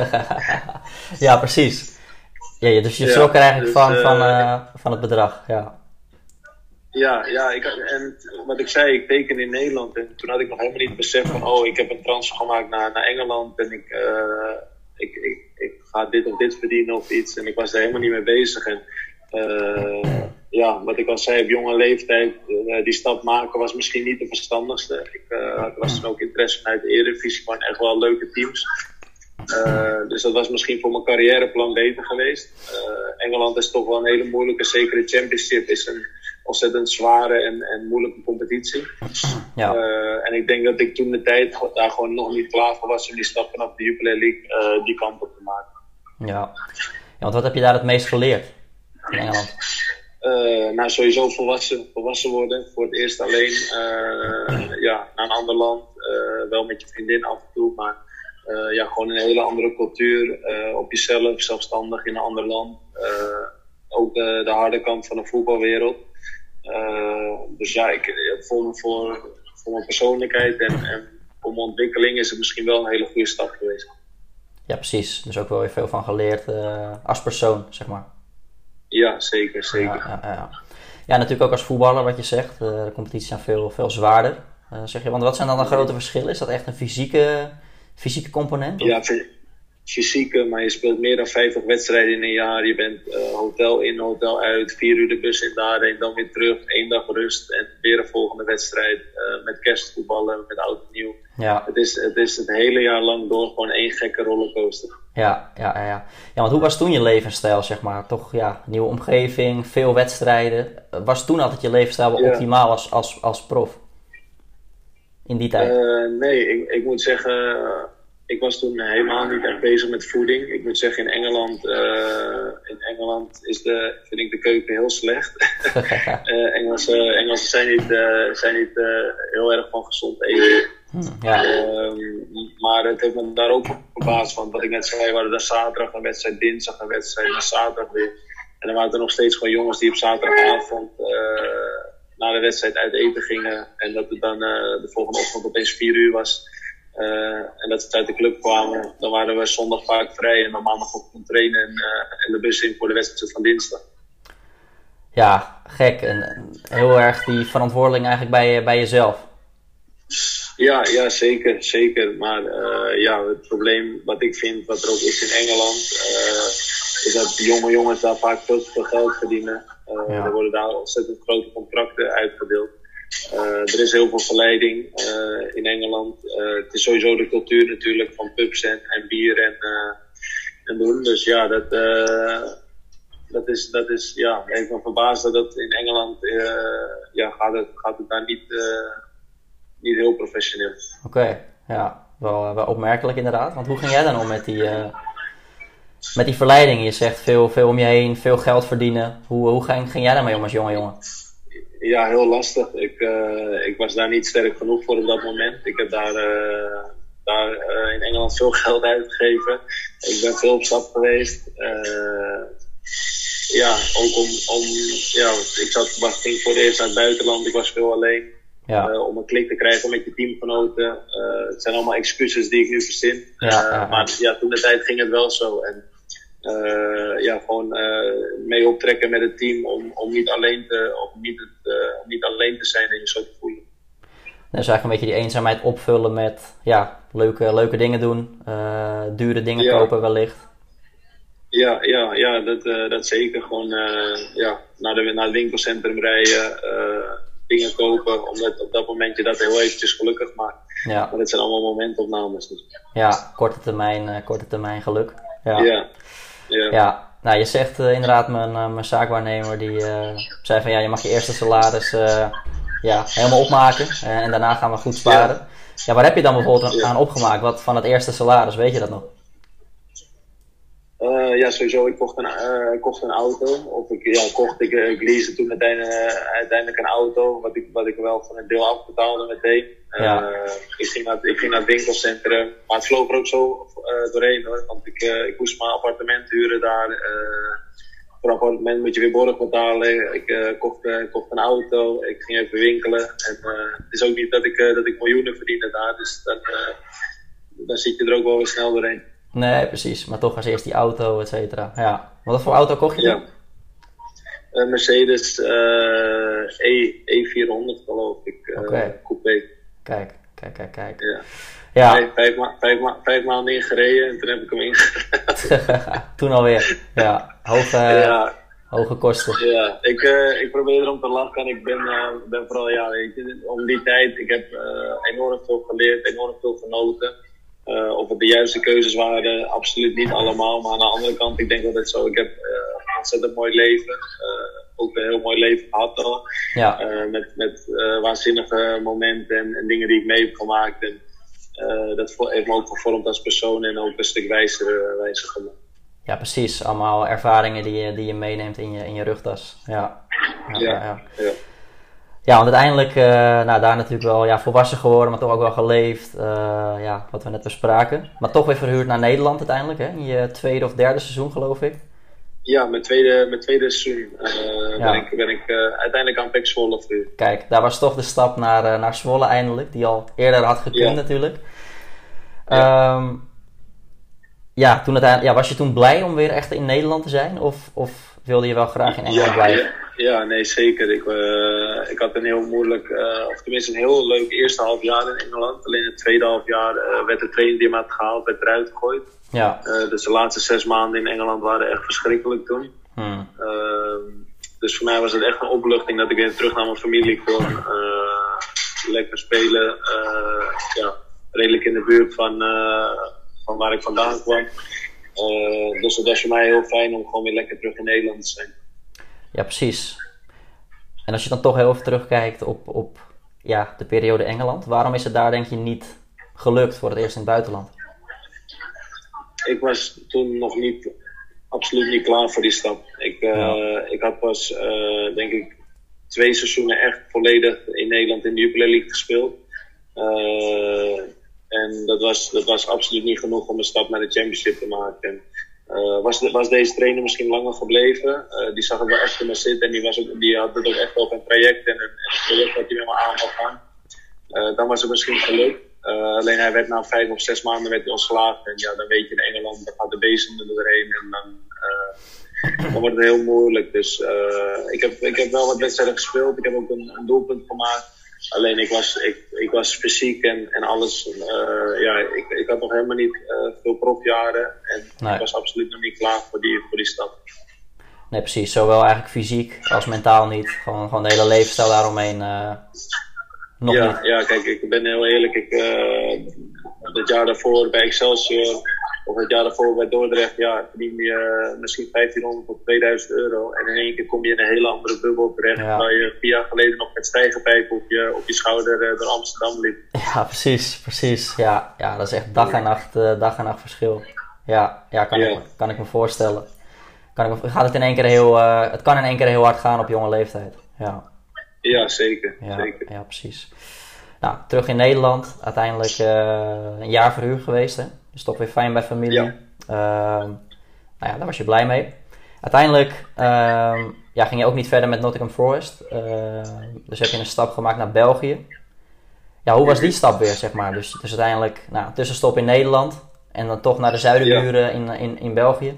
Ja, precies. Ja, dus je schrok er eigenlijk dus, van, uh, van, uh, van het bedrag. Ja. Ja, ja ik, en wat ik zei, ik teken in Nederland. En toen had ik nog helemaal niet beseft van, oh, ik heb een transfer gemaakt naar, naar Engeland. En ik, uh, ik, ik, ik ga dit of dit verdienen of iets. En ik was daar helemaal niet mee bezig. En uh, ja, wat ik al zei, op jonge leeftijd, uh, die stap maken was misschien niet de verstandigste. Ik uh, was toen ook interesse vanuit de Eredivisie, maar echt wel leuke teams. Uh, dus dat was misschien voor mijn carrièreplan beter geweest. Uh, Engeland is toch wel een hele moeilijke, zeker de Championship is een ontzettend zware en, en moeilijke competitie. Ja. Uh, en ik denk dat ik toen de tijd daar gewoon nog niet klaar voor was om die stap vanaf de Jupiler League uh, die kant op te maken. Ja. Ja, want wat heb je daar het meest geleerd in Engeland? Uh, nou, sowieso volwassen, volwassen worden. Voor het eerst alleen uh, ja, naar een ander land. Uh, wel met je vriendin af en toe, maar uh, ja, gewoon een hele andere cultuur. Uh, op jezelf, zelfstandig in een ander land. Uh, ook de, de harde kant van de voetbalwereld. Uh, dus ja, ik, voor, me, voor, voor mijn persoonlijkheid en, en voor mijn ontwikkeling is het misschien wel een hele goede stap geweest. Ja, precies. Dus ook wel weer veel van geleerd uh, als persoon, zeg maar. Ja, zeker, zeker. Ja, ja, ja. ja, natuurlijk ook als voetballer wat je zegt. Uh, de competities zijn veel, veel zwaarder, uh, zeg je. Want wat zijn dan de grote verschillen? Is dat echt een fysieke, fysieke component? Of? Ja, fysieke, maar je speelt meer dan vijftig wedstrijden in een jaar. Je bent uh, hotel in, hotel uit, vier uur de bus in, daarheen, dan weer terug, één dag rust en weer een volgende wedstrijd. Uh, met kerstvoetballen, met oud en nieuw. Ja. Het is, het is het hele jaar lang door gewoon één gekke rollercoaster. Ja, ja, ja, ja. Ja, want hoe was toen je levensstijl, zeg maar? Toch, ja, nieuwe omgeving, veel wedstrijden. Was toen altijd je levensstijl wel ja. optimaal als, als, als prof? In die tijd? Uh, nee, ik, ik moet zeggen, uh, ik was toen helemaal niet echt bezig met voeding. Ik moet zeggen, in Engeland, uh, in Engeland is de, vind ik de keuken heel slecht. uh, Engelsen, Engelsen zijn niet, uh, zijn niet uh, heel erg van gezond eten. Hmm, ja. Uh, maar het heeft me daar ook verbaasd van. Wat ik net zei, we hadden daar zaterdag een wedstrijd, dinsdag een wedstrijd, en zaterdag weer. En dan waren er nog steeds gewoon jongens die op zaterdagavond uh, na de wedstrijd uit eten gingen. En dat het dan uh, de volgende ochtend opeens vier uur was. Uh, en dat ze uit de club kwamen. Dan waren we zondag vaak vrij en dan maandagochtend trainen en, uh, en de bus in voor de wedstrijd van dinsdag. Ja, gek. En heel erg die verantwoording eigenlijk bij, bij jezelf. Ja, ja, zeker, zeker. Maar uh, ja, het probleem wat ik vind, wat er ook is in Engeland, uh, is dat de jonge jongens daar vaak veel te veel geld verdienen. Uh, ja. Er worden daar ontzettend grote contracten uitgedeeld. Uh, er is heel veel verleiding uh, in Engeland. Uh, het is sowieso de cultuur natuurlijk van pubs en, en bier en, uh, en doen. Dus ja, dat, uh, dat is, dat is, ja, heeft me verbaasd dat het in Engeland, uh, ja, gaat het, gaat het daar niet... Uh, Niet heel professioneel. Oké, okay, ja, wel, wel opmerkelijk inderdaad. Want hoe ging jij dan om met die, uh, met die verleidingen? Je zegt veel, veel om je heen, veel geld verdienen. Hoe, hoe ging, ging jij daarmee om als jonge jongen? Ja, heel lastig. Ik, uh, ik was daar niet sterk genoeg voor op dat moment. Ik heb daar, uh, daar uh, in Engeland veel geld uitgegeven. Ik ben veel op stap geweest. Uh, ja, ook om, om ja, ik zat, was, ging voor het eerst naar het buitenland. Ik was veel alleen. Ja. Uh, om een klik te krijgen met je teamgenoten. Uh, het zijn allemaal excuses die ik nu verzin. Ja, uh, ja. Maar ja, toen de tijd ging het wel zo. En uh, ja, gewoon uh, mee optrekken met het team om, om, niet, alleen te, om, niet, het, uh, om niet alleen te zijn en je zo te voelen. Dus eigenlijk een beetje die eenzaamheid opvullen met ja, leuke, leuke dingen doen. Uh, dure dingen ja. kopen wellicht. Ja, ja, ja dat, uh, dat zeker. Gewoon uh, ja, naar, de, naar het winkelcentrum rijden. Uh, dingen kopen, omdat op dat moment je dat heel eventjes gelukkig maakt. Ja. Maar dat zijn allemaal momentopnames. Dus. Ja, korte termijn, uh, korte termijn geluk. Ja. Ja. ja. ja. Nou, je zegt uh, inderdaad, mijn, uh, mijn zaakwaarnemer die uh, zei van ja, je mag je eerste salaris uh, ja, helemaal opmaken uh, en daarna gaan we goed sparen. Ja. ja, waar heb je dan bijvoorbeeld ja. aan opgemaakt? Wat van het eerste salaris, weet je dat nog? Uh, ja, sowieso. Ik kocht een, uh, kocht een auto. Of ik, ja, kocht, ik, ik leasde toen uiteindelijk, uh, uiteindelijk een auto. Wat ik, wat ik wel van een deel afbetaalde meteen. Ja. Uh, ik, ging naar, ik ging naar het winkelcentrum. Maar het vloog er ook zo uh, doorheen hoor. Want ik, uh, ik moest mijn appartement huren daar. Uh, voor een appartement moet je weer borg betalen. Ik uh, kocht, uh, kocht een auto. Ik ging even winkelen. En uh, het is ook niet dat ik, uh, dat ik miljoenen verdiende daar. Dus dan, uh, dan zit je er ook wel weer snel doorheen. Nee, precies. Maar toch als eerst die auto, et cetera. Ja. Wat voor auto kocht je ja. dan? Een Mercedes uh, E, E vierhonderd geloof ik, uh, okay. coupé. Kijk, kijk, kijk, kijk. Ja. Ja. Vijf, vijf, ma- vijf, ma- vijf maanden ingereden en toen heb ik hem ingereden. Toen alweer, ja. Hoge, ja. hoge kosten. Ja, ik, uh, ik probeer erom te lachen en ik ben, uh, ben vooral, ja, weet je, om die tijd, ik heb uh, enorm veel geleerd, enorm veel genoten. Uh, of het de juiste keuzes waren, absoluut niet allemaal, maar aan de andere kant, ik denk altijd zo, ik heb uh, een ontzettend mooi leven, uh, ook een heel mooi leven gehad al. Ja. Uh, met met uh, waanzinnige momenten en, en dingen die ik mee heb gemaakt. En, uh, dat heeft me ook gevormd als persoon en ook een stuk wijzer, wijzer gemaakt. Ja, precies. Allemaal ervaringen die je, die je meeneemt in je, in je rugtas. Ja, ja, ja, ja. ja. ja. ja want uiteindelijk, uh, nou, daar natuurlijk wel ja, volwassen geworden, maar toch ook wel geleefd. Uh, ja, wat we net bespraken. Maar toch weer verhuurd naar Nederland uiteindelijk, hè? In je tweede of derde seizoen, geloof ik. Ja, mijn tweede, mijn tweede seizoen uh, ja. ben ik, ben ik uh, uiteindelijk aan P E C Zwolle verhuurd. Kijk, daar was toch de stap naar, uh, naar Zwolle eindelijk, die al eerder had gekund ja. natuurlijk. Ja. Um, Ja, toen het, ja, was je toen blij om weer echt in Nederland te zijn? Of, of wilde je wel graag in Engeland ja, blijven? Ja, ja, nee, zeker. Ik, uh, ik had een heel moeilijk, uh, of tenminste een heel leuk eerste half jaar in Engeland. Alleen het tweede half jaar uh, werd de training die me had gehaald, werd eruit gegooid. Ja. Uh, dus de laatste zes maanden in Engeland waren echt verschrikkelijk toen. Hmm. Uh, dus voor mij was het echt een opluchting dat ik weer terug naar mijn familie kon. Uh, lekker spelen. Uh, ja, redelijk in de buurt van... Uh, van waar ik vandaan kwam. Uh, dus dat is voor mij heel fijn om gewoon weer lekker terug in Nederland te zijn. Ja, precies. En als je dan toch heel even terugkijkt op, op ja, de periode Engeland, waarom is het daar denk je niet gelukt voor het eerst in het buitenland? Ik was toen nog niet, absoluut niet klaar voor die stap. Ik, uh, ja. ik had pas, uh, denk ik, twee seizoenen echt volledig in Nederland in de Jupiler League gespeeld. Uh, En dat was, dat was absoluut niet genoeg om een stap naar de Championship te maken. En, uh, was, de, was deze trainer misschien langer gebleven? Uh, die zag het wel echt in me zitten en die, was ook, die had het ook echt over een traject en een, een project wat hij met me aan wil gaan. Uh, dan was het misschien gelukt. Uh, alleen hij werd na vijf of zes maanden werd hij ontslagen. En ja, dan weet je in Engeland, dan gaat de bezem er doorheen en dan, uh, dan wordt het heel moeilijk. Dus uh, ik, heb, ik heb wel wat wedstrijden gespeeld. Ik heb ook een, een doelpunt gemaakt. Alleen ik was, ik, ik was fysiek en, en alles. Uh, ja, ik, ik had nog helemaal niet uh, veel profjaren. En nee. Ik was absoluut nog niet klaar voor die, voor die stap. Nee, precies. Zowel eigenlijk fysiek als mentaal niet. Gewoon, gewoon de hele levensstijl daaromheen uh, nog ja, niet. Ja, kijk, ik ben heel eerlijk. Ik, uh, het jaar daarvoor bij Excelsior of het jaar daarvoor bij Dordrecht, ja, verdien je uh, misschien vijftienhonderd tot tweeduizend euro. En in één keer kom je in een hele andere bubbel terecht. Ja. Waar je vier jaar geleden nog met stijgerpijp op je, op je schouder uh, door Amsterdam liep. Ja, precies, precies. Ja, ja, dat is echt dag en nacht, uh, dag en nacht verschil. Ja, ja, kan, ja. Ik, kan ik me voorstellen. Kan ik me, gaat het, in één keer heel, uh, het kan in één keer heel hard gaan op jonge leeftijd. Ja, ja zeker. Ja, zeker. Ja, precies. Nou, terug in Nederland. Uiteindelijk uh, een jaar verhuur geweest, hè? Dus toch weer fijn bij familie. Ja. Uh, nou ja, daar was je blij mee. Uiteindelijk uh, ja, ging je ook niet verder met Nottingham Forest. Uh, dus heb je een stap gemaakt naar België. Ja, hoe was die stap weer, zeg maar? Dus, dus uiteindelijk nou, tussenstop in Nederland en dan toch naar de zuidenburen ja. in, in, in België.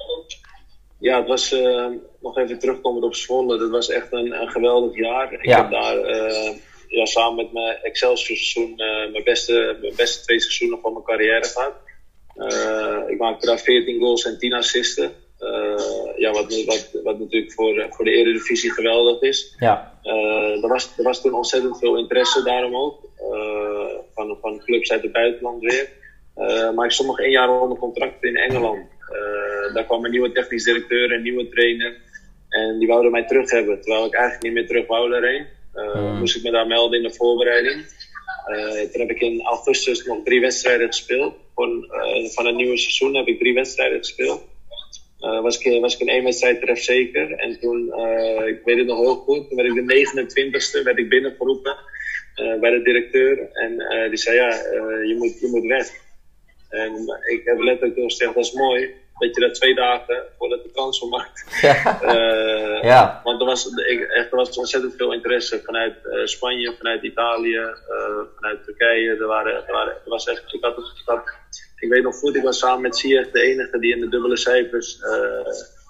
Ja, het was uh, nog even terugkomen op Zwolle. Dat was echt een, een geweldig jaar. Ik ja. heb daar uh, ja, samen met mijn Excelsior seizoen uh, mijn, beste, mijn beste twee seizoenen van mijn carrière gehad. Uh, ik maakte daar veertien goals en tien assisten. Uh, ja, wat, wat, wat natuurlijk voor, voor de Eredivisie geweldig is. Ja. Uh, er, was, er was toen ontzettend veel interesse daarom ook. Uh, van, van clubs uit het buitenland weer. Uh, maar ik stond nog één jaar onder contract in Engeland. Uh, daar kwam een nieuwe technisch directeur, een nieuwe trainer. En die wouden mij terug hebben. Terwijl ik eigenlijk niet meer terug wou daarheen. Uh, hmm. Moest ik me daar melden in de voorbereiding. Uh, toen heb ik in augustus nog drie wedstrijden gespeeld. Van, uh, van het nieuwe seizoen heb ik drie wedstrijden gespeeld. Uh, was, ik, was ik in één wedstrijd trefzeker. En toen, uh, ik weet het nog heel goed, toen werd ik de negenentwintigste werd ik binnengeroepen uh, bij de directeur. En uh, die zei, ja, uh, je, moet, je moet weg. En ik heb letterlijk toen gezegd, dat is mooi dat je dat twee dagen voordat de transfer maakt. Ja. Uh, ja. Want er was, ik, echt, er was ontzettend veel interesse vanuit uh, Spanje, vanuit Italië, uh, vanuit Turkije. Er waren, er waren, er was echt, ik, had, ik, had, ik weet nog goed, ik was samen met Ziyech de enige die in de dubbele cijfers uh,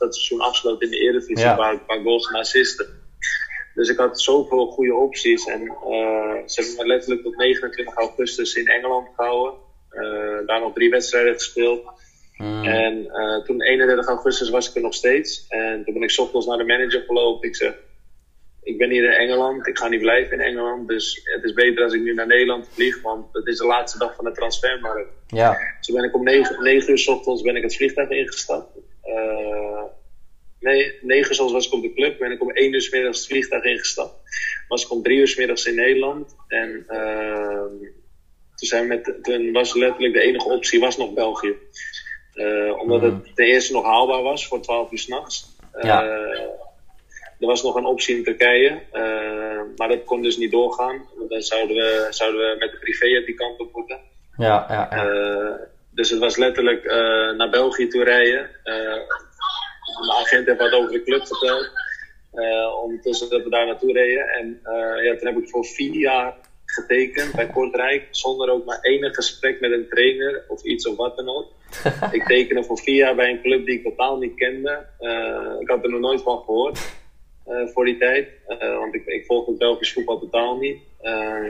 dat seizoen afsloot in de Eredivisie, Ja. qua, qua goals en assisten. Dus ik had zoveel goede opties en uh, ze hebben me letterlijk tot negenentwintig augustus in Engeland gehouden. Uh, daar nog drie wedstrijden gespeeld. Mm. En uh, toen eenendertig augustus was ik er nog steeds. En toen ben ik 's ochtends naar de manager gelopen. Ik zeg, ik ben hier in Engeland, ik ga niet blijven in Engeland. Dus het is beter als ik nu naar Nederland vlieg, want het is de laatste dag van de transfermarkt. Ja. Dus toen ben ik om negen uur 's ochtends ben ik het vliegtuig ingestapt. Uh, nee, negen uur was ik op de club. Ben ik om één uur 's middags het vliegtuig ingestapt. Was ik om drie uur 's middags in Nederland. En uh, toen, zijn we met, toen was letterlijk de enige optie was nog België. Uh, omdat het ten eerste nog haalbaar was voor twaalf uur 's nachts. Uh, Ja. Er was nog een optie in Turkije, uh, maar dat kon dus niet doorgaan. Want dan zouden we, zouden we met de privé die kant op moeten. Ja, ja, ja. Uh, dus het was letterlijk uh, naar België toe rijden. Uh, mijn agent heeft wat over de club verteld. Uh, ondertussen dat we daar naartoe reden. En uh, ja, toen heb ik voor vier jaar getekend bij Kortrijk. Zonder ook maar enig gesprek met een trainer of iets of wat dan ook. Ik tekende voor vier jaar bij een club die ik totaal niet kende. Uh, ik had er nog nooit van gehoord uh, voor die tijd. Uh, want ik, ik volgde het Belgisch voetbal totaal niet. Uh,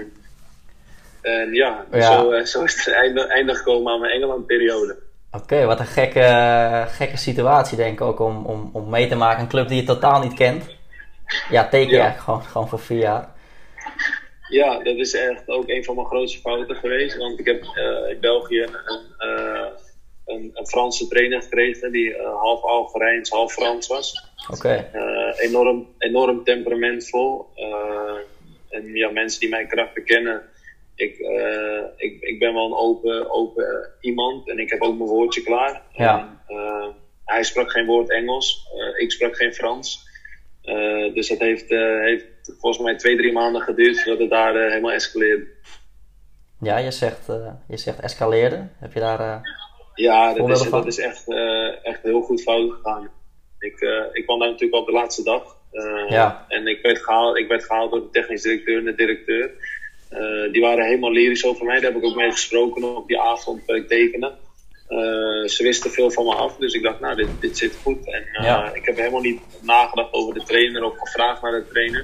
en ja, Ja. Zo, uh, zo is het einde, einde gekomen aan mijn Engeland-periode. Oké, okay, wat een gekke, gekke situatie denk ik ook om, om, om mee te maken. Een club die je totaal niet kent. Ja, teken je Ja. eigenlijk gewoon, gewoon voor vier jaar. Ja, dat is echt ook een van mijn grootste fouten geweest. Want ik heb uh, in België een, een, uh, een, een Franse trainer gekregen die uh, half Algerijns, half Frans was. Oké. Okay. Uh, enorm, enorm temperamentvol. Uh, en ja, mensen die mijn karakter kennen. Ik, uh, ik, ik ben wel een open, open uh, iemand en ik heb ook mijn woordje klaar. Ja. En, uh, hij sprak geen woord Engels, uh, ik sprak geen Frans. Uh, dus dat heeft, uh, heeft volgens mij twee, drie maanden geduurd voordat het daar uh, helemaal escaleerde. Ja, je zegt, uh, je zegt escaleerde. Heb je daar uh, Ja, dat is, van? dat is echt, uh, echt heel goed fout gegaan. Ik, uh, ik kwam daar natuurlijk op de laatste dag. Uh, Ja. En ik werd, gehaald, ik werd gehaald door de technisch directeur en de directeur. Uh, die waren helemaal lyrisch over mij. Daar heb ik ook mee gesproken op die avond dat ik tekende. Uh, ze wisten veel van me af, dus ik dacht, nou, dit, dit zit goed. En uh, Ja. ik heb helemaal niet nagedacht over de trainer of gevraagd naar de trainer.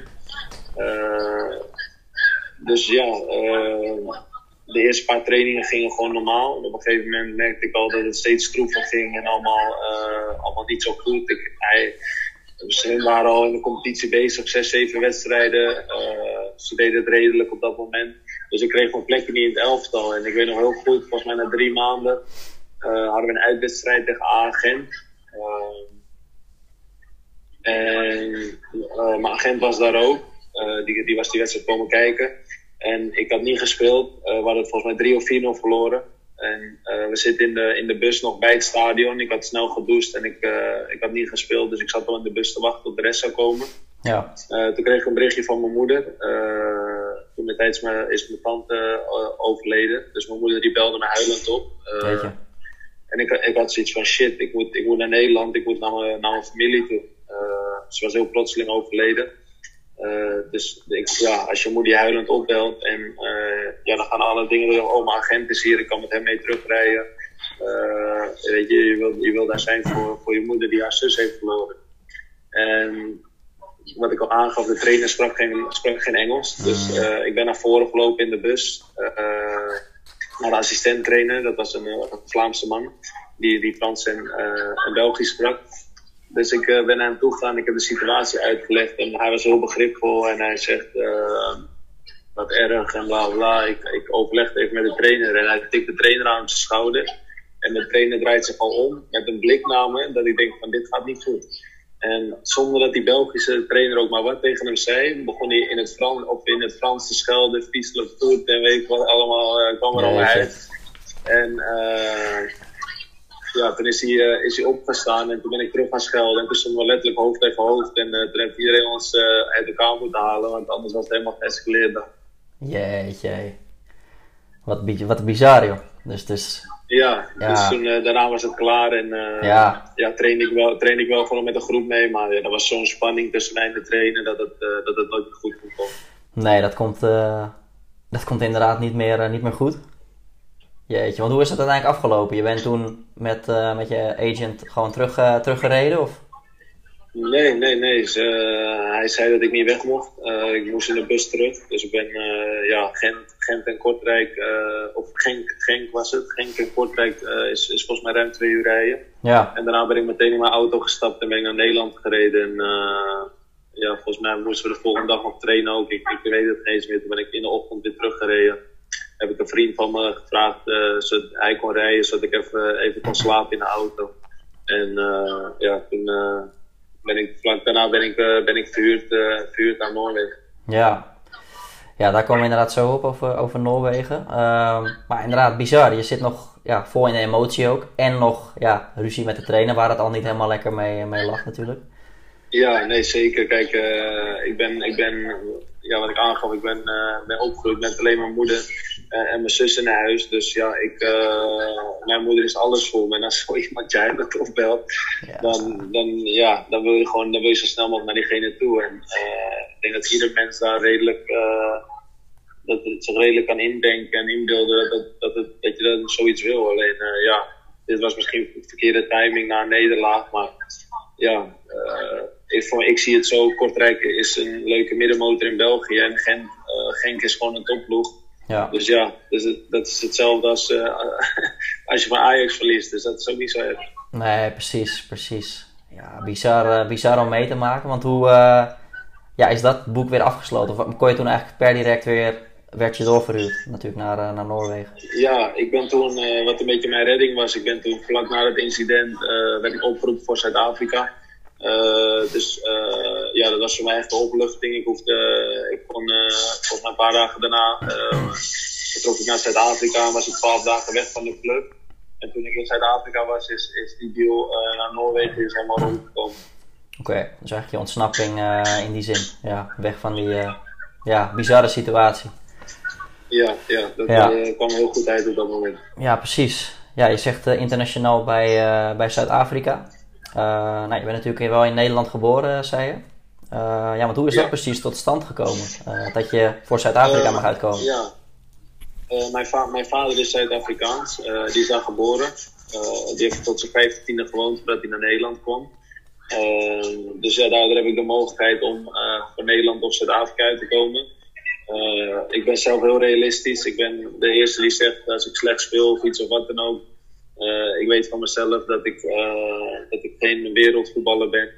Uh, dus ja, uh, de eerste paar trainingen gingen gewoon normaal. En op een gegeven moment merkte ik al dat het steeds stroever ging en allemaal, uh, allemaal niet zo goed. Ik, hij, ze waren al in de competitie bezig, zes, zeven wedstrijden. Uh, ze deden het redelijk op dat moment. Dus ik kreeg een plekje niet in het elftal. En ik weet nog heel goed, volgens mij na drie maanden uh, hadden we een uitwedstrijd tegen A Gent. Uh, en uh, mijn agent was daar ook. Uh, die, die was die wedstrijd komen kijken. En ik had niet gespeeld. Uh, we hadden volgens mij drie of vier nul verloren. En uh, we zitten in de, in de bus nog bij het stadion. Ik had snel gedoucht en ik, uh, ik had niet gespeeld. Dus ik zat al in de bus te wachten tot de rest zou komen. Ja. Uh, toen kreeg ik een berichtje van mijn moeder. Uh, toen de tijd is mijn, is mijn tante uh, overleden. Dus mijn moeder die belde me huilend op. Uh, Weet je. en ik, ik had zoiets van shit, ik moet, ik moet naar Nederland. Ik moet naar mijn, naar mijn familie toe. Uh, ze was heel plotseling overleden. Uh, dus ik, ja, als je moeder je huilend opbelt en uh, ja, dan gaan alle dingen door. Oh, mijn agent is hier, ik kan met hem mee terugrijden. Uh, weet je, je wil, je wil daar zijn voor, voor je moeder die haar zus heeft verloren. En wat ik al aangaf, de trainer sprak geen, sprak geen Engels. Dus uh, ik ben naar voren gelopen in de bus. Uh, naar de assistent-trainer, dat was een, een Vlaamse man. Die, die Frans en, uh, en Belgisch sprak. Dus ik uh, ben naar hem toe gegaan, ik heb de situatie uitgelegd en hij was heel begripvol en hij zegt uh, wat erg en bla bla. Ik, ik overlegde even met de trainer en hij tikt de trainer aan op zijn schouder. En de trainer draait zich al om met een blik naar me dat ik denk van dit gaat niet goed. En zonder dat die Belgische trainer ook maar wat tegen hem zei, begon hij in het Frans, of in het Frans te schelden, fietselen voet en weet ik wat allemaal, uh, kwam er allemaal uit. En uh, ja, toen is hij, uh, is hij opgestaan en toen ben ik terug gaan schelden. En toen stonden we letterlijk hoofd tegen hoofd. En uh, toen heeft iedereen ons uh, uit elkaar moeten halen, want anders was het helemaal geëscaleerd. Jeetje. Wat, bi- wat bizar, joh. Dus, dus... Ja, Ja. dus toen, uh, daarna was het klaar. En uh, Ja. ja, trainde ik wel, trainde ik wel gewoon met een groep mee. Maar ja, er was zo'n spanning tussen mij en de trainer dat het, uh, dat het nooit goed kon komen. Nee, dat komt, uh, dat komt inderdaad niet meer, uh, niet meer goed. Jeetje, want hoe is het uiteindelijk afgelopen? Je bent toen met, uh, met je agent gewoon terug, uh, teruggereden, of? Nee, nee, nee. Ze, uh, hij zei dat ik niet weg mocht. Uh, ik moest in de bus terug. Dus ik ben uh, ja, Gent, Gent en Kortrijk, uh, of Genk, Genk was het. Genk en Kortrijk uh, is, is volgens mij ruim twee uur rijden. Ja. En daarna ben ik meteen in mijn auto gestapt en ben ik naar Nederland gereden. En uh, ja, volgens mij moesten we de volgende dag nog trainen ook. Ik, ik weet het geen eens meer. Toen ben ik in de ochtend weer teruggereden. Heb ik een vriend van me gevraagd, uh, zodat hij kon rijden, zodat ik even, even kon slapen in de auto. En uh, ja, toen... Uh, Ben ik, vlak daarna ben ik, uh, ben ik verhuurd, uh, verhuurd naar Noorwegen. Ja. ja, daar komen we inderdaad zo op over, over Noorwegen. Uh, maar inderdaad, bizar. Je zit nog ja, vol in de emotie ook. En nog ja, ruzie met de trainer, waar het al niet helemaal lekker mee, mee lag natuurlijk. Ja, nee zeker. Kijk, uh, ik ben, ik ben, ja, wat ik aangaf, ik ben, uh, ben opgegroeid met alleen mijn moeder uh, en mijn zus in huis. Dus ja, ik, uh, mijn moeder is alles voor me. En als zo iemand jij me opbelt, ja. Dan, dan, ja, dan wil je gewoon dan wil je zo snel mogelijk naar diegene toe. En uh, ik denk dat ieder mens daar redelijk, uh, dat het zich redelijk kan indenken en inbeelden dat, dat, het, dat je dat zoiets wil. Alleen, uh, ja, dit was misschien de verkeerde timing na een nederlaag, maar ja, uh, ik, voor, ik zie het zo, Kortrijk is een leuke middenmotor in België en Gent, uh, Genk is gewoon een topploeg. Ja. Dus ja, dus het, dat is hetzelfde als uh, als je van Ajax verliest, dus dat is ook niet zo erg. Nee, precies, precies. Ja, bizar, uh, bizar om mee te maken, want hoe uh, ja, is dat boek weer afgesloten? Of kon je toen eigenlijk per direct weer, werd je doorverhuurd natuurlijk naar, uh, naar Noorwegen? Ja, ik ben toen, uh, wat een beetje mijn redding was, ik ben toen vlak na het incident, uh, werd ik opgeroepen voor Zuid-Afrika. Uh, dus uh, ja, dat was voor mij echt een opluchting. Ik hoefde, uh, ik kon, uh, volgens mij een paar dagen daarna, uh, vertrok ik naar Zuid-Afrika en was ik twaalf dagen weg van de club. En toen ik in Zuid-Afrika was, is, is die deal uh, naar Noorwegen is helemaal rondgekomen. Oké, okay, dus eigenlijk je ontsnapping uh, in die zin. Ja, weg van die uh, ja, bizarre situatie. Ja, ja dat ja. Uh, kwam heel goed uit op dat moment. Ja, precies. Ja, je zegt uh, internationaal bij, uh, bij Zuid-Afrika. Uh, nou, je bent natuurlijk wel in Nederland geboren, zei je. Uh, ja, want hoe is ja. dat precies tot stand gekomen? Uh, dat je voor Zuid-Afrika uh, mag uitkomen? Ja, uh, mijn, va- mijn vader is Zuid-Afrikaans. Uh, die is daar geboren. Uh, die heeft tot zijn vijftiende gewoond voordat hij naar Nederland kwam. Uh, dus ja, daardoor heb ik de mogelijkheid om uh, voor Nederland of Zuid-Afrika uit te komen. Uh, ik ben zelf heel realistisch. Ik ben de eerste die zegt als ik slecht speel of iets of wat dan ook. Uh, ik weet van mezelf dat ik, uh, dat ik geen wereldvoetballer ben.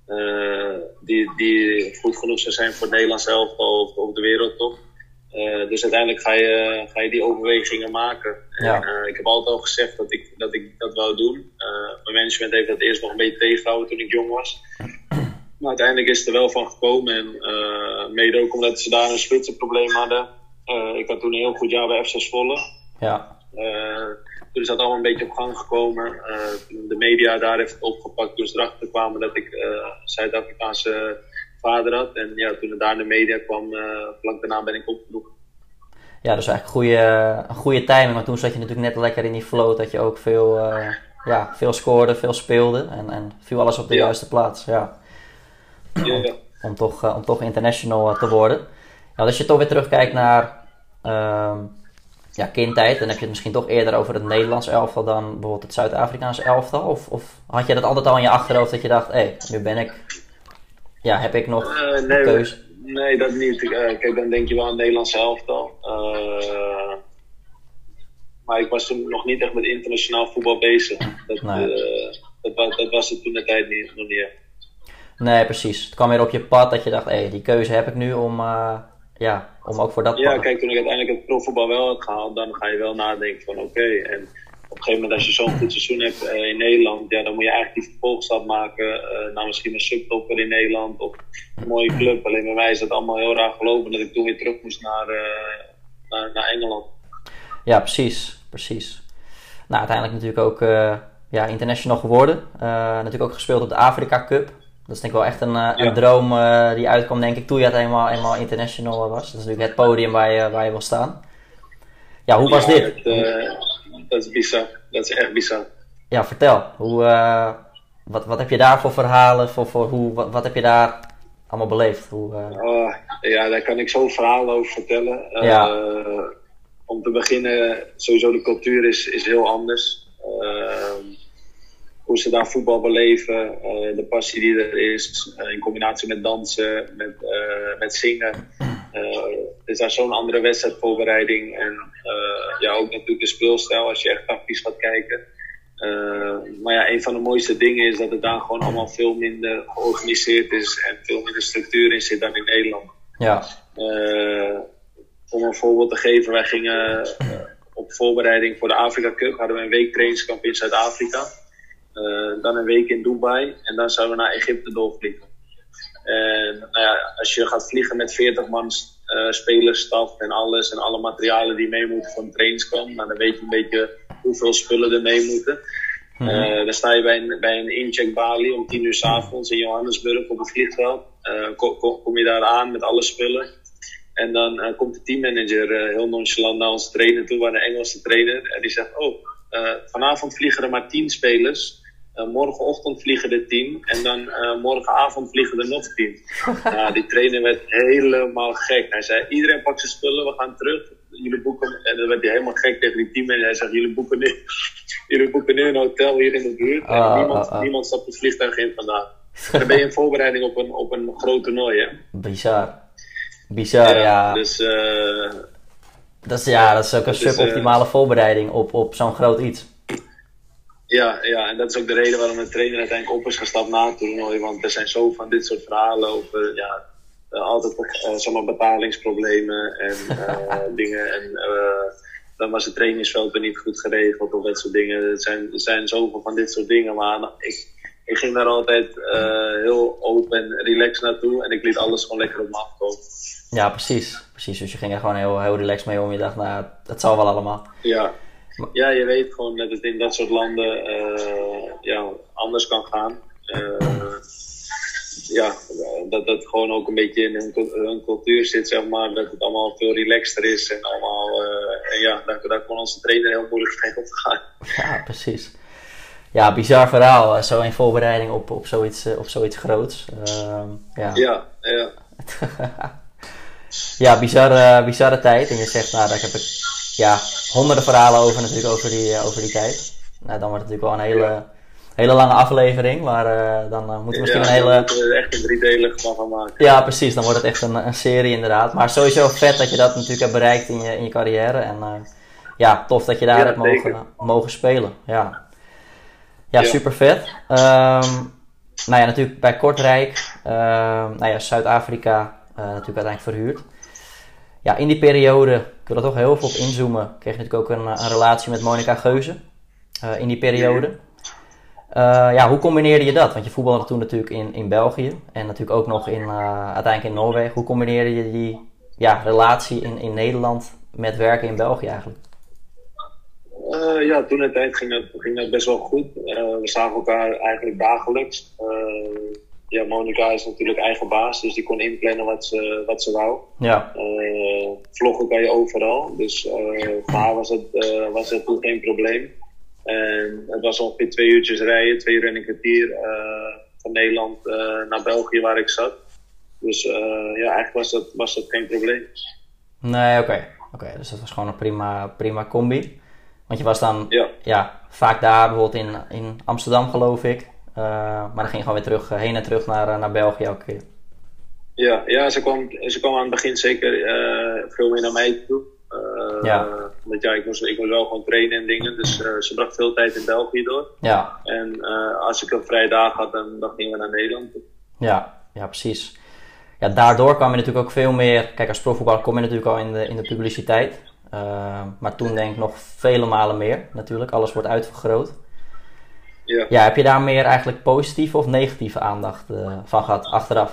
Uh, die, die goed genoeg zou zijn voor het Nederlands elftal of, of de wereldtop. Uh, dus uiteindelijk ga je, ga je die overwegingen maken. Ja. En, uh, ik heb altijd al gezegd dat ik dat, ik dat wou doen. Uh, mijn management heeft dat eerst nog een beetje tegengehouden toen ik jong was. Maar uiteindelijk is het er wel van gekomen. En uh, mede ook omdat ze daar een spitsenprobleem hadden. Uh, ik had toen een heel goed jaar bij F C Zwolle. Ja. Uh, toen is dat allemaal een beetje op gang gekomen. Uh, de media daar heeft het opgepakt toen ze erachter kwamen dat ik uh, Zuid-Afrikaanse vader had. En ja, toen het daar in de media kwam, uh, vlak daarna ben ik opgeroepen. Ja, dus eigenlijk goede, een goede timing. Want toen zat je natuurlijk net lekker in die flow dat je ook veel, uh, ja, veel scoorde, veel speelde. En, en viel alles op de ja. juiste plaats. Ja. Ja, ja. Om, toch, uh, om toch international te worden. Ja, als je toch weer terugkijkt naar uh, ja, kindtijd, dan heb je het misschien toch eerder over het Nederlands elftal dan bijvoorbeeld het Zuid-Afrikaanse elftal. Of, of had je dat altijd al in je achterhoofd dat je dacht, hé, hey, nu ben ik, ja, heb ik nog uh, nee, een keuze? Nee, dat niet. Uh, kijk, dan denk je wel aan het Nederlands elftal. Uh, maar ik was toen nog niet echt met internationaal voetbal bezig. Dat, nee. uh, dat, was, dat was het toen de tijd niet, nog niet echt. Nee, precies. Het kwam weer op je pad dat je dacht, hé, hey, die keuze heb ik nu om, uh, ja, om ook voor dat Ja, pad. kijk, toen ik uiteindelijk het profvoetbal wel had gehaald, dan ga je wel nadenken van oké. Okay. En op een gegeven moment als je zo'n goed seizoen hebt uh, in Nederland, ja, dan moet je eigenlijk die vervolgstap maken uh, naar misschien een subtopper in Nederland of een mooie club. Alleen bij mij is dat allemaal heel raar gelopen dat ik toen weer terug moest naar, uh, naar, naar Engeland. Ja, precies, precies. Nou, uiteindelijk natuurlijk ook uh, ja, international geworden. Uh, natuurlijk ook gespeeld op de Afrika Cup. Dat is denk ik wel echt een, uh, een ja. droom uh, die uitkwam, denk ik, toen je het eenmaal, eenmaal international was. Dat is natuurlijk het podium waar je, waar je wil staan. Ja, hoe was ja, dit? Het, uh, dat is bizar. Dat is echt bizar. Ja, vertel. Hoe, uh, wat, wat heb je daar voor verhalen? Voor, voor hoe, wat, wat heb je daar allemaal beleefd? Hoe, uh... uh, ja, daar kan ik zo verhalen over vertellen. Uh, ja. Om te beginnen, sowieso de cultuur is, is heel anders. Uh, hoe ze daar voetbal beleven, uh, de passie die er is, uh, in combinatie met dansen, met, uh, met zingen. Uh, dus daar is zo'n andere wedstrijdvoorbereiding en uh, ja, ook natuurlijk de speelstijl als je echt tactisch gaat kijken. Uh, maar ja, een van de mooiste dingen is dat het daar gewoon allemaal veel minder georganiseerd is en veel minder structuur in zit dan in Nederland. Ja. Uh, om een voorbeeld te geven, wij gingen uh, op voorbereiding voor de Afrika Cup, hadden we een week trainingskamp in Zuid-Afrika. Uh, dan een week in Dubai en dan zouden we naar Egypte doorvliegen. En nou ja, als je gaat vliegen met veertig man uh, spelersstaf en alles en alle materialen die mee moeten voor een trainingskamp, nou, dan weet je een beetje hoeveel spullen er mee moeten. Mm-hmm. Uh, dan sta je bij een, bij een incheckbalie om tien uur 's avonds in Johannesburg op het vliegveld. Uh, kom, kom, kom je daar aan met alle spullen. En dan uh, komt de teammanager uh, heel nonchalant naar onze trainer toe, waar de Engelse trainer. En die zegt, oh, uh, vanavond vliegen er maar tien spelers. Uh, morgenochtend vliegen er tien. En dan uh, morgenavond vliegen er nog tien. Nou, die trainer werd helemaal gek. Hij zei, iedereen pakt zijn spullen, we gaan terug. Jullie boeken, en dan werd hij helemaal gek tegen die teammanager. Hij zegt, jullie boeken nu, jullie boeken nu een hotel hier in de buurt. En ah, niemand, ah, ah. niemand stapt het vliegtuig in vandaag. Dan ben je in voorbereiding op een, op een groot toernooi, hè? Bizar. Bizar, ja. ja. Dus, uh, dat is, ja, dat is ook een suboptimale uh, voorbereiding op, op zo'n groot iets. Ja, ja, en dat is ook de reden waarom de trainer uiteindelijk op is gestapt na het toernooi. Want er zijn zo van dit soort verhalen over, ja, uh, altijd uh, zomaar betalingsproblemen en uh, dingen. En uh, dan was het trainingsveld weer niet goed geregeld of dat soort dingen. Er zijn, er zijn zoveel van dit soort dingen, maar ik, ik ging daar altijd uh, heel open en relaxed naartoe. En ik liet alles gewoon lekker op me afkomen. Ja, precies. precies. Dus je ging er gewoon heel, heel relaxed mee om. Je dacht, nou, het zal wel allemaal. Ja. Ja, je weet gewoon dat het in dat soort landen uh, ja, anders kan gaan. Uh, ja, dat het gewoon ook een beetje in hun, hun cultuur zit, zeg maar. Dat het allemaal veel relaxter is en allemaal... Uh, en ja, daar, daar kon onze trainer heel moeilijk mee op te gaan. Ja, precies. Ja, bizar verhaal. Zo in voorbereiding op, op, zoiets, op zoiets groots. Uh, ja, ja. ja. ja, bizarre, bizarre tijd. En je zegt, nou, daar heb ik... Ja, honderden verhalen over natuurlijk over die, uh, over die tijd. Nou, dan wordt het natuurlijk wel een hele, ja. hele lange aflevering, maar uh, dan uh, moeten we misschien ja, een hele... Ja, moeten we er echt een driedelig van maken. Ja, precies. Dan wordt het echt een, een serie inderdaad. Maar sowieso vet dat je dat natuurlijk hebt bereikt in je, in je carrière. En uh, ja, tof dat je daar ja, hebt mogen, mogen spelen. Ja, ja, ja. Super vet. Um, nou ja, natuurlijk bij Kortrijk, uh, nou ja, Zuid-Afrika uh, natuurlijk uiteindelijk verhuurd. Ja, in die periode, ik wil er toch heel veel op inzoomen, kreeg je natuurlijk ook een, een relatie met Monica Geuze uh, in die periode. Uh, ja, hoe combineerde je dat? Want je voetbalde toen natuurlijk in, in België en natuurlijk ook nog in, uh, uiteindelijk in Noorwegen. Hoe combineerde je die ja, relatie in, in Nederland met werken in België eigenlijk? Uh, ja, toen de tijd ging dat, ging dat best wel goed. Uh, we zagen elkaar eigenlijk dagelijks. Uh, Ja, Monica is natuurlijk eigen baas, dus die kon inplannen wat ze, wat ze wou. Ja. Uh, vloggen kan je overal, dus uh, voor haar was het, uh, was het toen geen probleem. En het was ongeveer twee uurtjes rijden, twee uur en een kwartier uh, van Nederland uh, naar België waar ik zat. Dus uh, ja, eigenlijk was dat, was dat geen probleem. Nee, oké. Okay. Okay, dus dat was gewoon een prima, prima combi. Want je was dan ja. Ja, vaak daar, bijvoorbeeld in, in Amsterdam geloof ik. Uh, maar dan ging je gewoon weer terug, uh, heen en terug naar, uh, naar België elke keer. Ja, ja ze, kwam, ze kwam aan het begin zeker uh, veel meer naar mij toe. Uh, ja. Want ja, ik moest, ik moest wel gewoon trainen en dingen. Dus uh, ze bracht veel tijd in België door. Ja. En uh, als ik een vrije dag had, dan, dan gingen we naar Nederland toe. Ja, ja, precies. Ja, daardoor kwam je natuurlijk ook veel meer... Kijk, als profvoetballer kom je natuurlijk al in de, in de publiciteit. Uh, maar toen denk ik nog vele malen meer natuurlijk. Alles wordt uitvergroot. Ja. Ja, heb je daar meer eigenlijk positieve of negatieve aandacht uh, van gehad, achteraf?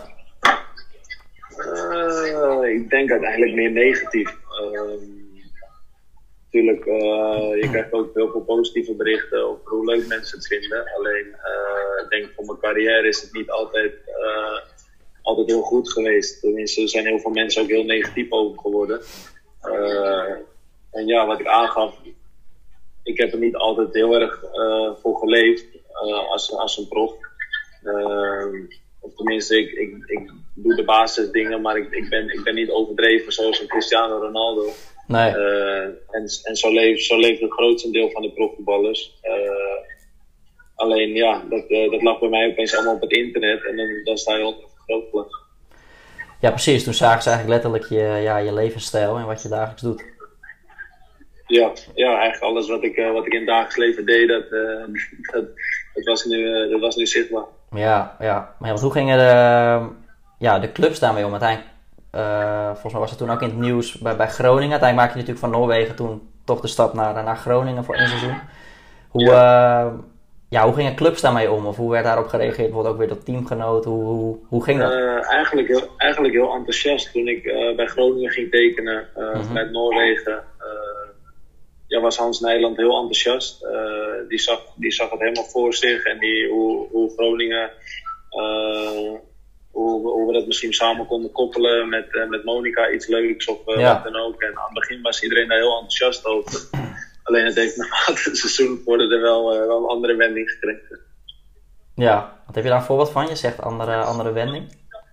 Uh, ik denk uiteindelijk meer negatief. Uh, natuurlijk, uh, je krijgt ook heel veel positieve berichten over hoe leuk mensen het vinden. Alleen, uh, ik denk voor mijn carrière is het niet altijd, uh, altijd heel goed geweest. Tenminste, er zijn heel veel mensen ook heel negatief over geworden. Uh, en ja, wat ik aangaf... Ik heb er niet altijd heel erg uh, voor geleefd uh, als, als een prof. Uh, of tenminste, ik, ik, ik doe de basisdingen, maar ik, ik, ben, ik ben niet overdreven zoals een Cristiano Ronaldo. Nee. Uh, en en zo, leeft, zo leeft het grootste deel van de profvoetballers. Uh, alleen ja, dat, uh, dat lag bij mij opeens allemaal op het internet en dan, dan sta je onder een vergrootglas. Ja, precies. Toen zagen ze eigenlijk letterlijk je, ja, je levensstijl en wat je dagelijks doet. Ja, ja eigenlijk alles wat ik, uh, wat ik in het dagelijks leven deed, dat, uh, dat, dat, was nu, uh, dat was nu zichtbaar. Ja, ja. Maar ja, hoe gingen de, ja, de clubs daarmee om? Uiteindelijk, uh, volgens mij was het toen ook in het nieuws bij, bij Groningen. Uiteindelijk maak je natuurlijk van Noorwegen toen toch de stap naar, naar Groningen voor één seizoen. Hoe, ja. Uh, ja, hoe gingen clubs daarmee om? Of hoe werd daarop gereageerd? Bijvoorbeeld ook weer door teamgenoten? Hoe, hoe, hoe ging dat? Uh, eigenlijk, heel, eigenlijk heel enthousiast. Toen ik uh, bij Groningen ging tekenen uh, mm-hmm. vanuit Noorwegen, uh, ja, was Hans Nijland heel enthousiast. Uh, die, zag, die zag het helemaal voor zich en die, hoe, hoe Groningen, uh, hoe, hoe we dat misschien samen konden koppelen met, uh, met Monica, iets leuks of uh, ja. wat dan ook. En aan het begin was iedereen daar heel enthousiast over. Alleen het heeft naarmate het seizoen worden er wel, uh, wel een andere wending gekregen. Ja, wat heb je daar een voorbeeld van? Je zegt andere, andere wending?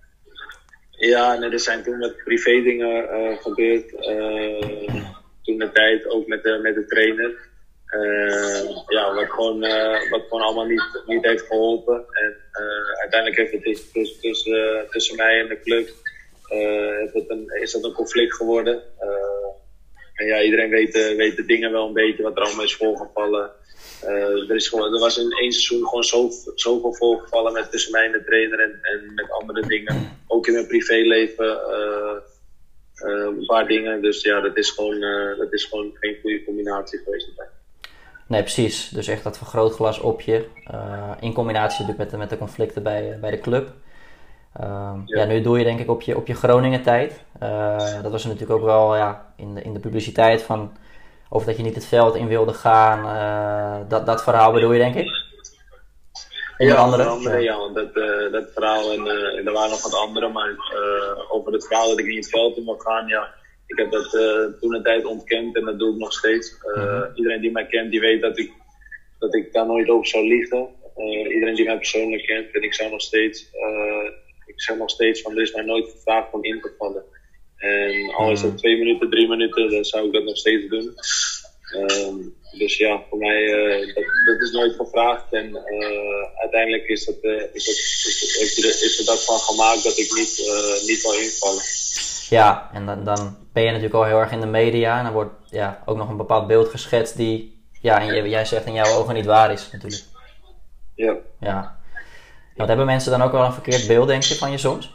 Ja, nee, er zijn toen wat privé dingen uh, gebeurd. Uh, toen de tijd ook met de, met de trainer. Uh, ja, wat gewoon, uh, wat gewoon allemaal niet, niet heeft geholpen. En uh, uiteindelijk heeft het tussen, tussen, uh, tussen mij en de club uh, heeft het een, is dat een conflict geworden. Uh, en ja, iedereen weet, uh, weet de dingen wel een beetje wat er allemaal is voorgevallen. Uh, er, is gewoon, er was in één seizoen gewoon zo, zoveel voorgevallen met tussen mij en de trainer en, en met andere dingen. Ook in mijn privéleven. Uh, Uh, een paar dingen, dus ja, dat is gewoon, uh, dat is gewoon geen goede combinatie geweest. Nee, precies. Dus echt dat vergrootglas op je. Uh, in combinatie natuurlijk met de, met de conflicten bij, bij de club. Uh, ja. ja, nu doe je denk ik op je, op je Groningen tijd. Uh, dat was er natuurlijk ook wel ja, in, de, in de publiciteit van over dat je niet het veld in wilde gaan. Uh, dat, dat verhaal bedoel je denk ik? Onder ja, andere, onder andere ja. ja dat, uh, dat verhaal en uh, er waren nog wat andere, maar uh, over het verhaal dat ik niet het veld in wil gaan, ja, ik heb dat uh, toen een tijd ontkend en dat doe ik nog steeds. Uh, mm-hmm. Iedereen die mij kent, die weet dat ik, dat ik daar nooit over zou liegen. Uh, iedereen die mij persoonlijk kent, en ik zou nog steeds, uh, ik zeg nog steeds van, er is mij nooit gevraagd om in te vallen. En al is dat twee minuten, drie minuten, dan zou ik dat nog steeds doen. Um, dus ja, voor mij uh, dat, dat is nooit gevraagd en uh, uiteindelijk is het, uh, is het, is het, is het, is het dat van gemaakt dat ik niet, uh, niet wil invallen. Ja, en dan, dan ben je natuurlijk al heel erg in de media en dan wordt ja, ook nog een bepaald beeld geschetst die, ja, en jij zegt in jouw ogen niet waar is natuurlijk. Ja. Ja. Wat hebben mensen dan ook wel een verkeerd beeld, denk je, van je soms?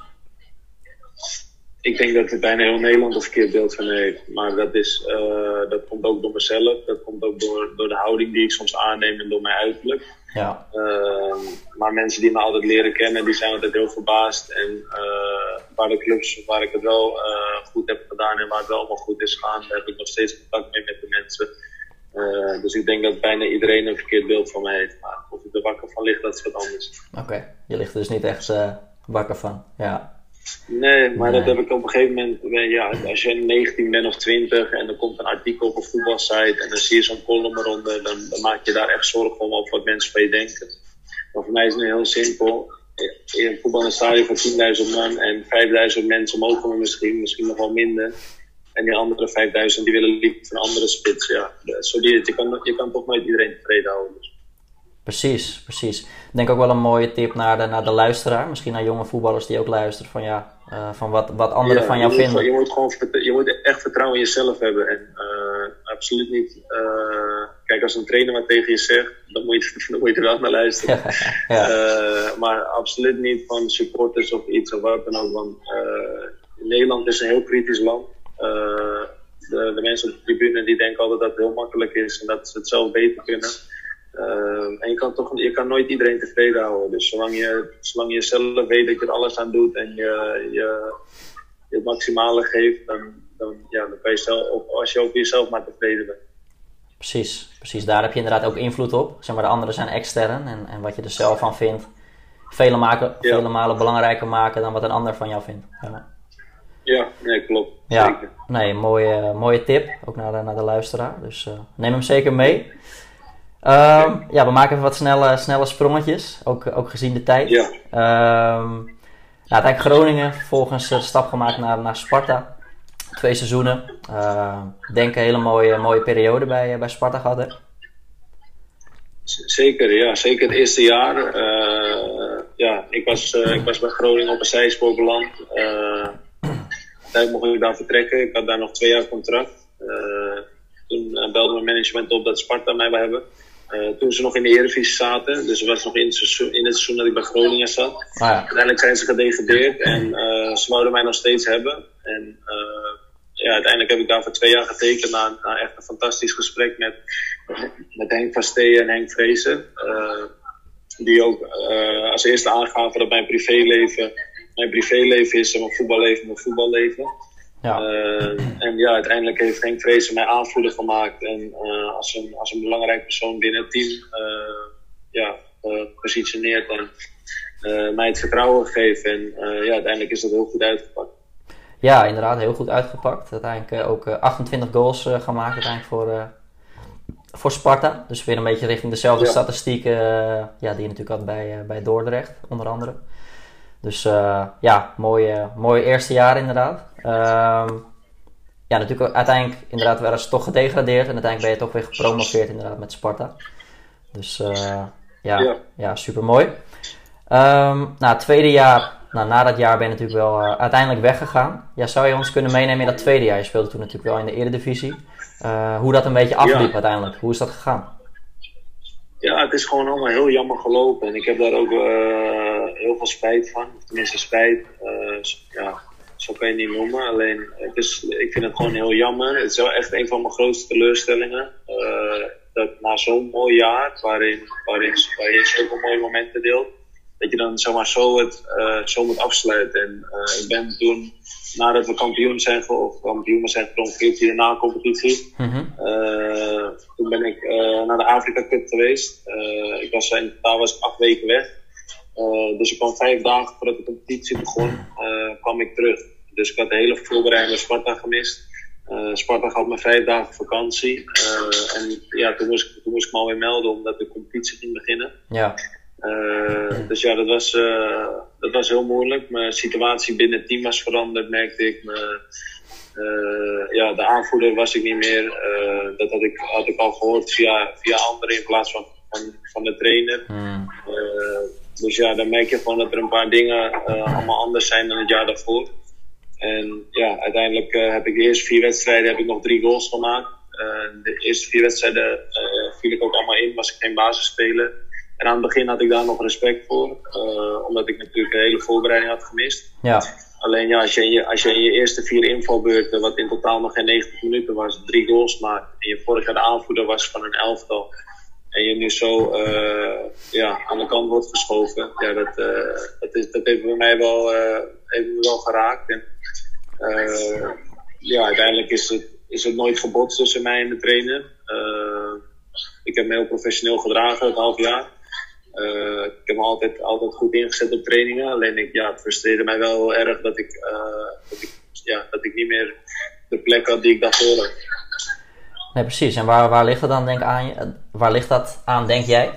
Ik denk dat het bijna heel Nederland een verkeerd beeld van me heeft. Maar dat, is, uh, dat komt ook door mezelf. Dat komt ook door, door de houding die ik soms aanneem en door mijn uiterlijk. Ja. Uh, maar mensen die me altijd leren kennen, die zijn altijd heel verbaasd. En uh, waar de clubs waar ik het wel uh, goed heb gedaan en waar het wel allemaal goed is gegaan, daar heb ik nog steeds contact mee met de mensen. Uh, dus ik denk dat bijna iedereen een verkeerd beeld van mij heeft. Maar of ik er wakker van lig, dat is wat anders. Oké, okay. Je ligt er dus niet echt uh, wakker van. Ja. Nee, maar nee. Dat heb ik op een gegeven moment, ja, als je negentien bent of twintig en er komt een artikel op een voetbalsite en dan zie je zo'n column eronder, dan, dan maak je daar echt zorgen om over wat mensen van je denken. Maar voor mij is het nu heel simpel. In een voetbal in een stadion van tienduizend man en vijfduizend mensen mogen we misschien, misschien nog wel minder. En die andere vijfduizend die willen liever van een andere spits. Ja, zo die, je, kan, je kan toch nooit iedereen tevreden houden. Dus. Precies, precies. Ik denk ook wel een mooie tip naar de, naar de luisteraar. Misschien naar jonge voetballers die ook luisteren van ja, uh, van wat, wat anderen ja, van jou je vinden. Moet, je moet gewoon je moet echt vertrouwen in jezelf hebben. En uh, absoluut niet. Uh, kijk, als een trainer wat tegen je zegt, dan moet je, dan moet je er wel naar luisteren. Ja, ja. Uh, maar absoluut niet van supporters of iets of wat dan ook. Want uh, Nederland is een heel kritisch land. Uh, de, de mensen op de tribune die denken altijd dat het heel makkelijk is en dat ze het zelf beter kunnen. Uh, en je kan, toch, je kan nooit iedereen tevreden houden. Dus zolang je, zolang je zelf weet dat je er alles aan doet en je, je, je het maximale geeft, dan, dan, ja, dan kan je zelf, als je over jezelf maar tevreden bent. Precies, precies. Daar heb je inderdaad ook invloed op. Zeg maar, de anderen zijn extern en, en wat je er zelf van vindt, vele, maken, ja. vele malen belangrijker maken dan wat een ander van jou vindt. Ja, ja nee, klopt. Ja, zeker. Nee, mooie, mooie tip, ook naar de, naar de luisteraar. Dus uh, neem hem zeker mee. Um, ja, we maken even wat snelle, snelle sprongetjes, ook, ook gezien de tijd. Ja. Um, nou, uiteindelijk Groningen, vervolgens de stap gemaakt naar, naar Sparta. Twee seizoenen. Uh, denk een hele mooie, mooie periode bij, bij Sparta gehad, hè? Zeker, ja. Zeker het eerste jaar. Uh, ja, ik was, uh, ik was bij Groningen op een zijspoor beland. Uh, Tijd mocht ik daar vertrekken. Ik had daar nog twee jaar contract. Uh, toen uh, belde mijn management op dat Sparta mij wil hebben. Uh, toen ze nog in de Eredivisie zaten. Dus het was nog in het seizoen, in het seizoen dat ik bij Groningen zat. Ah, ja. Uiteindelijk zijn ze gedegradeerd. En uh, ze wouden mij nog steeds hebben. En uh, ja, uiteindelijk heb ik daar voor twee jaar getekend. Na, na echt een fantastisch gesprek met, met Henk van Steen en Henk Vrezen. Uh, die ook uh, als eerste aangaven dat mijn privéleven... mijn privéleven is en mijn voetballeven mijn voetballeven. Ja. Uh, en ja, uiteindelijk heeft Henk Vrezen mij aanvoerder gemaakt. En uh, als, een, als een belangrijk persoon binnen het team uh, ja, uh, positioneerd en uh, mij het vertrouwen gegeven. En uh, ja, uiteindelijk is dat heel goed uitgepakt. Ja, inderdaad, heel goed uitgepakt. Uiteindelijk uh, ook uh, achtentwintig goals uh, gemaakt uiteindelijk voor, uh, voor Sparta. Dus weer een beetje richting dezelfde ja. statistieken uh, ja, die je natuurlijk had bij, uh, bij Dordrecht, onder andere. Dus uh, ja, mooi, mooi eerste jaar inderdaad. Um, ja, natuurlijk uiteindelijk inderdaad werden ze toch gedegradeerd. En uiteindelijk ben je toch weer gepromoveerd inderdaad met Sparta. Dus uh, ja, ja. ja, super mooi. Um, nou, het tweede jaar, nou, na dat jaar ben je natuurlijk wel uh, uiteindelijk weggegaan. Ja, zou je ons kunnen meenemen in dat tweede jaar? Je speelde toen natuurlijk wel in de Eredivisie. Uh, hoe dat een beetje afliep ja. uiteindelijk? Hoe is dat gegaan? Ja, het is gewoon allemaal heel jammer gelopen. En ik heb daar ook uh, heel veel spijt van. Tenminste spijt. Uh, ja, zo kan je het niet noemen. Alleen, het is, ik vind het gewoon heel jammer. Het is wel echt een van mijn grootste teleurstellingen. Uh, dat na zo'n mooi jaar, waarin, waarin, waarin je zoveel mooie momenten deelt, dat je dan zomaar zo het uh, zo moet afsluiten. En uh, ik ben toen, nadat we kampioen zijn of kampioen zijn gepromoveerd in de na-competitie, mm-hmm. uh, toen ben ik uh, naar de Afrika Cup geweest. Uh, ik was in totaal was ik acht weken weg. Uh, dus ik kwam vijf dagen voordat de competitie begon, uh, kwam ik terug. Dus ik had de hele voorbereiding bij Sparta gemist. Uh, Sparta had me vijf dagen vakantie. Uh, en ja, toen moest, ik, toen moest ik me alweer melden omdat de competitie ging beginnen. Ja. Uh, dus ja, dat was, uh, dat was heel moeilijk. Mijn situatie binnen het team was veranderd, merkte ik. Me, uh, ja, de aanvoerder was ik niet meer. Uh, dat had ik, had ik al gehoord via, via anderen in plaats van, van, van de trainer. Mm. Uh, dus ja, dan merk je gewoon dat er een paar dingen uh, allemaal anders zijn dan het jaar daarvoor. En ja, uiteindelijk uh, heb ik de eerste vier wedstrijden heb ik nog drie goals gemaakt. Uh, de eerste vier wedstrijden uh, viel ik ook allemaal in, was ik geen basisspeler. En aan het begin had ik daar nog respect voor, uh, omdat ik natuurlijk de hele voorbereiding had gemist. Ja. Alleen ja, als je, in je, als je in je eerste vier invalbeurten, wat in totaal nog geen negentig minuten was, drie goals maakt. En je vorig jaar de aanvoerder was van een elftal. En je nu zo uh, ja, aan de kant wordt geschoven. Ja, dat, uh, dat, is, dat heeft bij mij wel, uh, heeft me wel geraakt. En, uh, ja, uiteindelijk is het, is het nooit gebotst tussen mij en de trainer. Uh, ik heb me heel professioneel gedragen het half jaar. Uh, ik heb me altijd, altijd goed ingezet op trainingen. Alleen ik, ja, het frustreerde mij wel heel erg dat ik, uh, dat ik, ja, dat ik niet meer de plek had die ik daarvoor had. Nee, precies. En waar, waar ligt dat dan denk aan? Waar ligt dat aan, denk jij?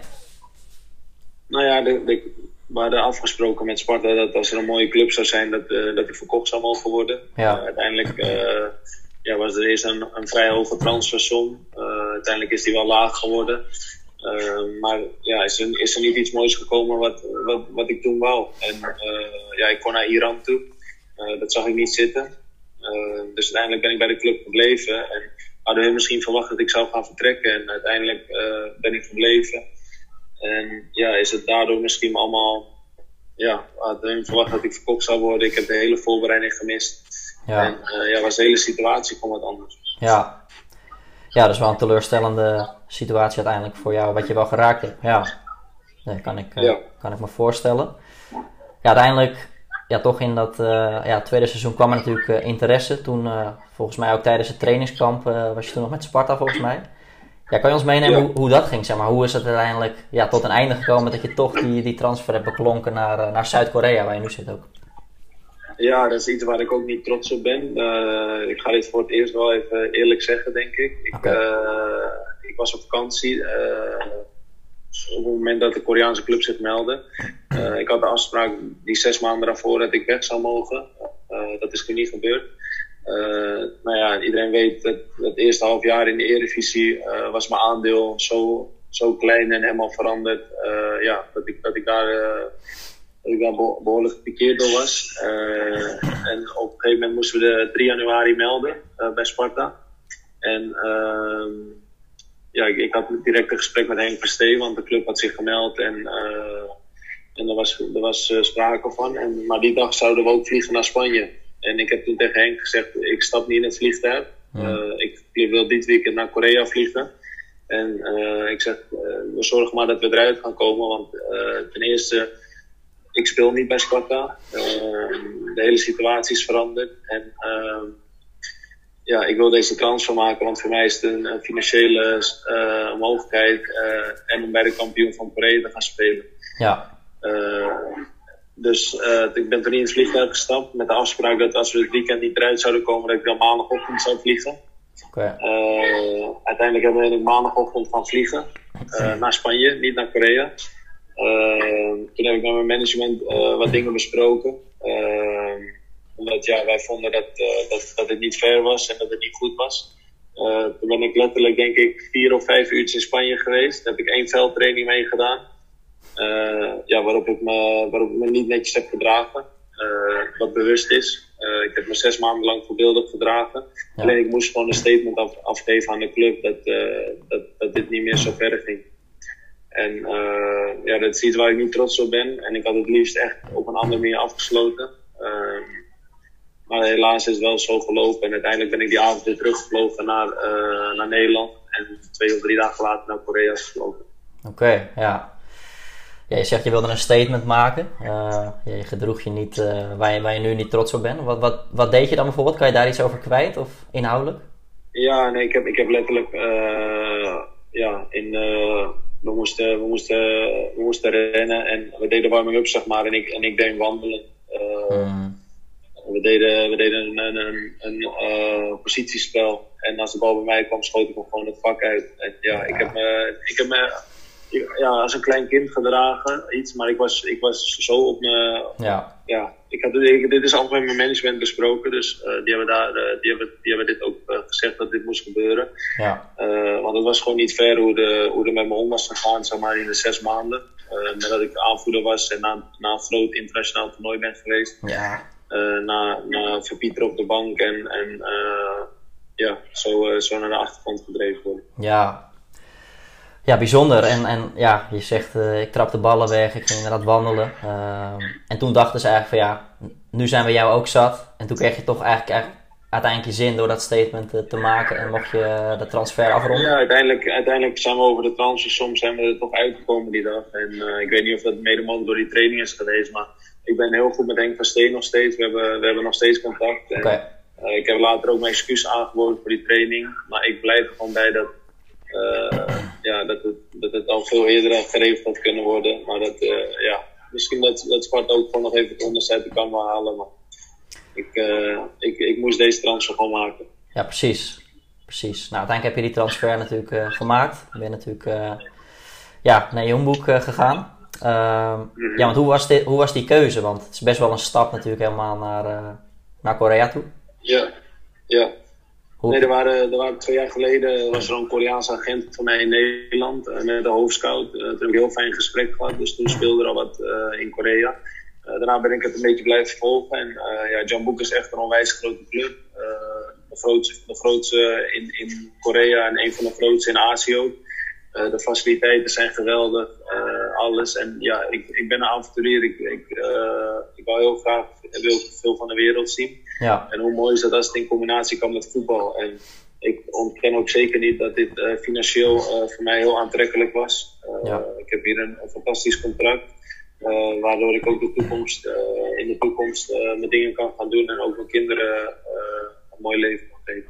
Nou ja, de, de, we hadden afgesproken met Sparta dat als er een mooie club zou zijn, dat, uh, dat die verkocht zou mogen worden. Ja. Uh, uiteindelijk uh, ja, was er eerst een, een vrij hoge transfersom. Uh, uiteindelijk is die wel laag geworden. Uh, maar ja, is er, is er niet iets moois gekomen wat, wat, wat ik toen wou. En uh, ja, ik kon naar Iran toe. Uh, dat zag ik niet zitten. Uh, dus uiteindelijk ben ik bij de club gebleven. En hadden we misschien verwacht dat ik zou gaan vertrekken. En uiteindelijk uh, ben ik gebleven. En ja, is het daardoor misschien allemaal... Ja, hadden we verwacht dat ik verkocht zou worden. Ik heb de hele voorbereiding gemist. Ja. En uh, ja, was de hele situatie gewoon wat anders. Ja. Ja, dat is wel een teleurstellende situatie uiteindelijk voor jou, wat je wel geraakt hebt. Ja, dat kan ik, uh, ja. kan ik me voorstellen. Ja, uiteindelijk, ja, toch in dat uh, ja, tweede seizoen kwam er natuurlijk uh, interesse. Toen, uh, volgens mij ook tijdens het trainingskamp, uh, was je toen nog met Sparta volgens mij. Ja, kan je ons meenemen ja. hoe, hoe dat ging, zeg maar? Hoe is het uiteindelijk ja, tot een einde gekomen dat je toch die, die transfer hebt beklonken naar, uh, naar Zuid-Korea, waar je nu zit ook? Ja, dat is iets waar ik ook niet trots op ben. Uh, ik ga dit voor het eerst wel even eerlijk zeggen, denk ik. Ik, okay. uh, ik was op vakantie uh, op het moment dat de Koreaanse club zich meldde. Uh, ik had de afspraak die zes maanden daarvoor dat ik weg zou mogen. Uh, dat is nu niet gebeurd. Uh, nou ja, iedereen weet dat het eerste half jaar in de Eredivisie uh, was mijn aandeel zo, zo klein en helemaal veranderd. Uh, ja, dat ik, dat ik daar, uh, dat ik daar behoorlijk gepikeerd door was. Uh, en op een gegeven moment moesten we de drie januari melden uh, bij Sparta. En uh, ja, ik, ik had direct een gesprek met Henk Verstee, want de club had zich gemeld en, uh, en er was, er was uh, sprake van. En, maar die dag zouden we ook vliegen naar Spanje. En ik heb toen tegen Henk gezegd, ik stap niet in het vliegtuig. Uh, ik wil dit weekend naar Korea vliegen. En uh, ik zeg, uh, we zorgen maar dat we eruit gaan komen. Want uh, ten eerste, ik speel niet bij Sparta. Uh, de hele situatie is veranderd. En uh, ja, ik wil deze transfer maken. Want voor mij is het een, een financiële uh, mogelijkheid. Uh, en om bij de kampioen van Korea te gaan spelen. Ja. Uh, dus uh, ik ben toen niet in het vliegtuig gestapt. Met de afspraak dat als we het weekend niet eruit zouden komen, dat ik dan maandagochtend zou vliegen. Okay. Uh, uiteindelijk hebben we maandagochtend gaan vliegen uh, naar Spanje, niet naar Korea. Uh, toen heb ik met mijn management uh, wat dingen besproken. Uh, omdat ja, wij vonden dat, uh, dat, dat het niet fair was en dat het niet goed was. Uh, toen ben ik letterlijk denk ik vier of vijf uurtjes in Spanje geweest. Daar heb ik één veldtraining mee gedaan. Uh, ja, waarop, ik me, waarop ik me niet netjes heb gedragen. Uh, wat bewust is. Uh, ik heb me zes maanden lang voorbeeldig gedragen. Ja. Alleen ik moest gewoon een statement af, afgeven aan de club dat, uh, dat, dat dit niet meer zo ver ging. En uh, ja, dat is iets waar ik niet trots op ben. En ik had het liefst echt op een andere manier afgesloten. Uh, maar helaas is het wel zo gelopen. En uiteindelijk ben ik die avond weer teruggevlogen naar, uh, naar Nederland. En twee of drie dagen later naar Korea gevlogen. Oké, okay, ja. Ja, je zegt je wilde een statement maken. Uh, je gedroeg je niet uh, waar, je, waar je nu niet trots op bent. Wat, wat, wat deed je dan bijvoorbeeld? Kan je daar iets over kwijt of inhoudelijk? Ja, nee, ik heb, ik heb letterlijk uh, ja, in, uh, we, moesten, we, moesten, we moesten rennen en we deden warming-up, zeg maar, en ik, en ik deed wandelen. Uh, mm. We deden, we deden een, een, een uh, positiespel en als de bal bij mij kwam, schoot ik hem gewoon het vak uit. En ja, ja. ik heb me... Ik heb me ja, als een klein kind gedragen, iets, maar ik was, ik was zo op me. Ja. ja ik had, ik, dit is allemaal met mijn management besproken, dus uh, die, hebben daar, uh, die, hebben, die hebben dit ook uh, gezegd dat dit moest gebeuren. Ja. Uh, want het was gewoon niet fair hoe, de, hoe er met me om was gegaan, zeg maar, in de zes maanden. Uh, nadat ik aanvoerder was en na, na een groot internationaal toernooi ben geweest. Ja. Uh, na, na verpieteren op de bank en, en uh, ja, zo, uh, zo naar de achtergrond gedreven worden. Ja. Ja, bijzonder. En, en ja, je zegt, uh, ik trap de ballen weg, ik ging inderdaad wandelen. Uh, en toen dachten ze eigenlijk van ja, nu zijn we jou ook zat. En toen kreeg je toch eigenlijk, eigenlijk uiteindelijk je zin door dat statement uh, te maken en mocht je uh, de transfer afronden. Ja, uiteindelijk, uiteindelijk zijn we over de transfer, soms zijn we er toch uitgekomen die dag. En uh, ik weet niet of dat mede mogelijk door die training is geweest, maar ik ben heel goed met Henk Verstee nog steeds. We hebben, we hebben nog steeds contact. En, okay. uh, ik heb later ook mijn excuus aangeboden voor die training, maar ik blijf er gewoon bij dat Uh, ja, dat, het, dat het al veel eerder geregeld had kunnen worden. Maar dat, uh, ja, misschien dat, dat Sparta ook gewoon nog even het onderste uit de kan halen. Maar ik, uh, ik, ik moest deze transfer gewoon maken. Ja, precies. precies. Nou, uiteindelijk heb je die transfer natuurlijk uh, gemaakt. Je bent natuurlijk uh, ja, naar Jeonbuk uh, gegaan. Uh, mm-hmm. Ja, want hoe was, dit, hoe was die keuze? Want het is best wel een stap natuurlijk helemaal naar, uh, naar Korea toe. Ja, ja. Nee, er waren, er waren twee jaar geleden was er een Koreaanse agent voor mij in Nederland uh, met de hoofdscout. Uh, toen heb ik een heel fijn gesprek gehad, dus toen speelde er al wat uh, in Korea. Uh, daarna ben ik het een beetje blijven volgen. En uh, ja, Jeonbuk is echt een onwijs grote club. Uh, de grootste, de grootste in, in Korea en een van de grootste in Azië ook. Uh, de faciliteiten zijn geweldig, uh, alles. En ja, ik, ik ben een avonturier. Ik, ik, uh, ik wil heel graag heel veel van de wereld zien. Ja. En hoe mooi is dat als het in combinatie kan met voetbal. En ik ontken ook zeker niet dat dit uh, financieel uh, voor mij heel aantrekkelijk was. Uh, ja. Ik heb hier een, een fantastisch contract. Uh, waardoor ik ook de toekomst, uh, in de toekomst uh, mijn dingen kan gaan doen. En ook mijn kinderen uh, een mooi leven kan geven.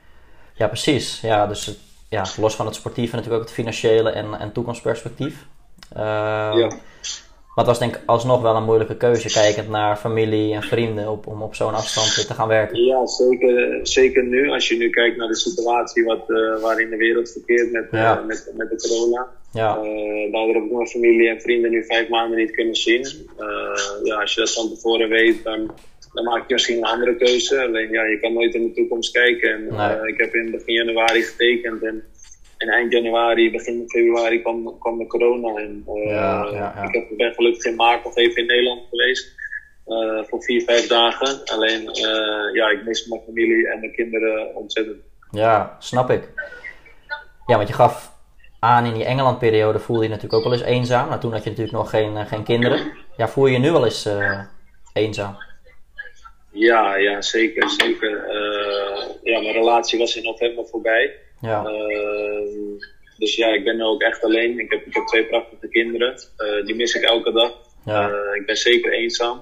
Ja, precies. Ja, dus het, ja, los van het sportieve natuurlijk ook het financiële en, en toekomstperspectief. Uh, ja. Maar het was denk ik alsnog wel een moeilijke keuze, kijkend naar familie en vrienden, op, om op zo'n afstand te gaan werken. Ja, zeker, zeker nu. Als je nu kijkt naar de situatie wat, uh, waarin de wereld verkeert met, ja. uh, met, met de corona. Ja. Uh, daardoor heb ik mijn familie en vrienden nu vijf maanden niet kunnen zien. Uh, ja, als je dat van tevoren weet, dan, dan maak je misschien een andere keuze. Alleen ja, je kan nooit in de toekomst kijken. En, nee. uh, ik heb in begin januari getekend en en eind januari, begin februari kwam, kwam de corona. En, uh, ja, ja, ja. Ik heb, ben gelukkig in maart nog even in Nederland geweest. Uh, voor vier, vijf dagen. Alleen, uh, ja, ik mis mijn familie en mijn kinderen ontzettend. Ja, snap ik. Ja, want je gaf aan in die Engeland-periode voelde je natuurlijk ook wel eens eenzaam. Nou, toen had je natuurlijk nog geen, uh, geen kinderen. Ja, voel je je nu wel eens uh, eenzaam? Ja, ja, zeker, zeker. Uh, ja, mijn relatie was in november voorbij. Ja. Uh, dus ja, ik ben nu ook echt alleen. Ik heb, ik heb twee prachtige kinderen. Uh, die mis ik elke dag. Ja. Uh, ik ben zeker eenzaam.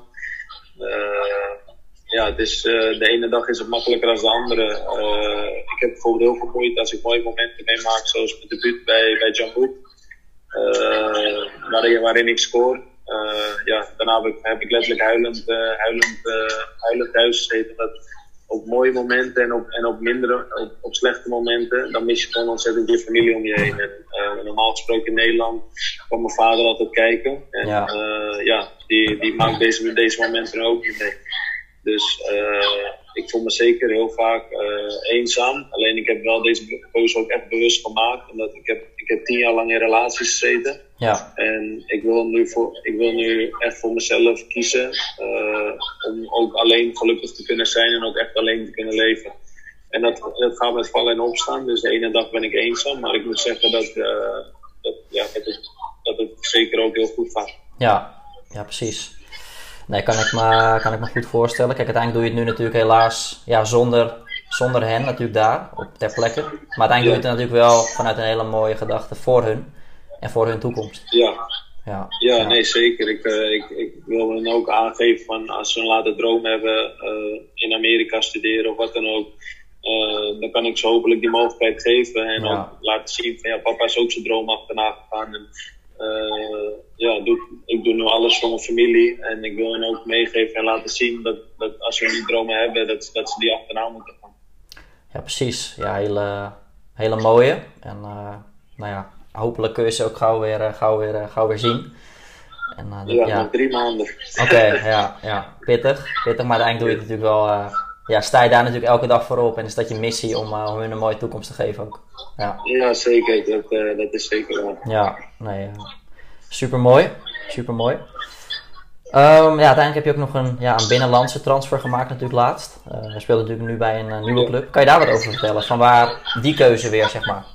Uh, ja, het is, uh, de ene dag is het makkelijker dan de andere. Uh, ik heb bijvoorbeeld heel veel moeite als ik mooie momenten meemaak, zoals mijn debuut bij, bij Jamboek, uh, waarin, waarin ik scoor. Uh, ja, daarna heb ik, heb ik letterlijk huilend, uh, huilend, uh, huilend thuis gezeten. Dat op mooie momenten en op, en op mindere, op, op slechte momenten, dan mis je gewoon ontzettend je familie om je heen. En, uh, normaal gesproken in Nederland kwam mijn vader altijd kijken. En ja, uh, ja die, die maakt deze, deze momenten ook niet mee. Dus uh, ik voel me zeker heel vaak uh, eenzaam. Alleen ik heb wel deze keuze ook echt bewust gemaakt. Omdat ik heb, ik heb tien jaar lang in relaties gezeten. ja. En ik wil, nu voor, ik wil nu echt voor mezelf kiezen. Uh, om ook alleen gelukkig te kunnen zijn en ook echt alleen te kunnen leven. En dat, dat gaat met vallen en opstaan. Dus de ene dag ben ik eenzaam. Maar ik moet zeggen dat, uh, dat, ja, dat, het, dat het zeker ook heel goed gaat. Ja, ja, precies. Nee, kan ik, me, kan ik me goed voorstellen. Kijk, uiteindelijk doe je het nu natuurlijk helaas ja, zonder, zonder hen natuurlijk daar, op ter plekke. Maar uiteindelijk doe je het natuurlijk wel vanuit een hele mooie gedachte voor hun en voor hun toekomst. Ja, ja, ja, ja. nee zeker. Ik, uh, ik, ik wil hen ook aangeven van als ze een later droom hebben, uh, in Amerika studeren of wat dan ook. Uh, dan kan ik ze hopelijk die mogelijkheid geven en Ja. ook laten zien van ja, papa is ook zijn droom achterna gegaan. En, Uh, ja, doe, ik doe nu alles voor mijn familie en ik wil hen ook meegeven en laten zien dat, dat als we die dromen hebben, dat, dat ze die achterna moeten gaan. Ja, precies. Ja, hele, hele mooie. En uh, nou ja, hopelijk kun je ze ook gauw weer, uh, gauw weer, uh, gauw weer zien. En, uh, ja, ja, nog drie maanden. Oké, okay, ja, ja, pittig, pittig. Maar uiteindelijk doe je het natuurlijk wel, uh, ja, sta je daar natuurlijk elke dag voor op en is dat je missie om, uh, om hun een mooie toekomst te geven ook. Ja, ja zeker. Dat, uh, dat is zeker waar. Ja, nee, uh, super mooi, super mooi. Um, ja, uiteindelijk heb je ook nog een, ja, een binnenlandse transfer gemaakt natuurlijk laatst. Uh, je speelt natuurlijk nu bij een uh, nieuwe club. Kan je daar wat over vertellen? Van waar die keuze weer, zeg maar?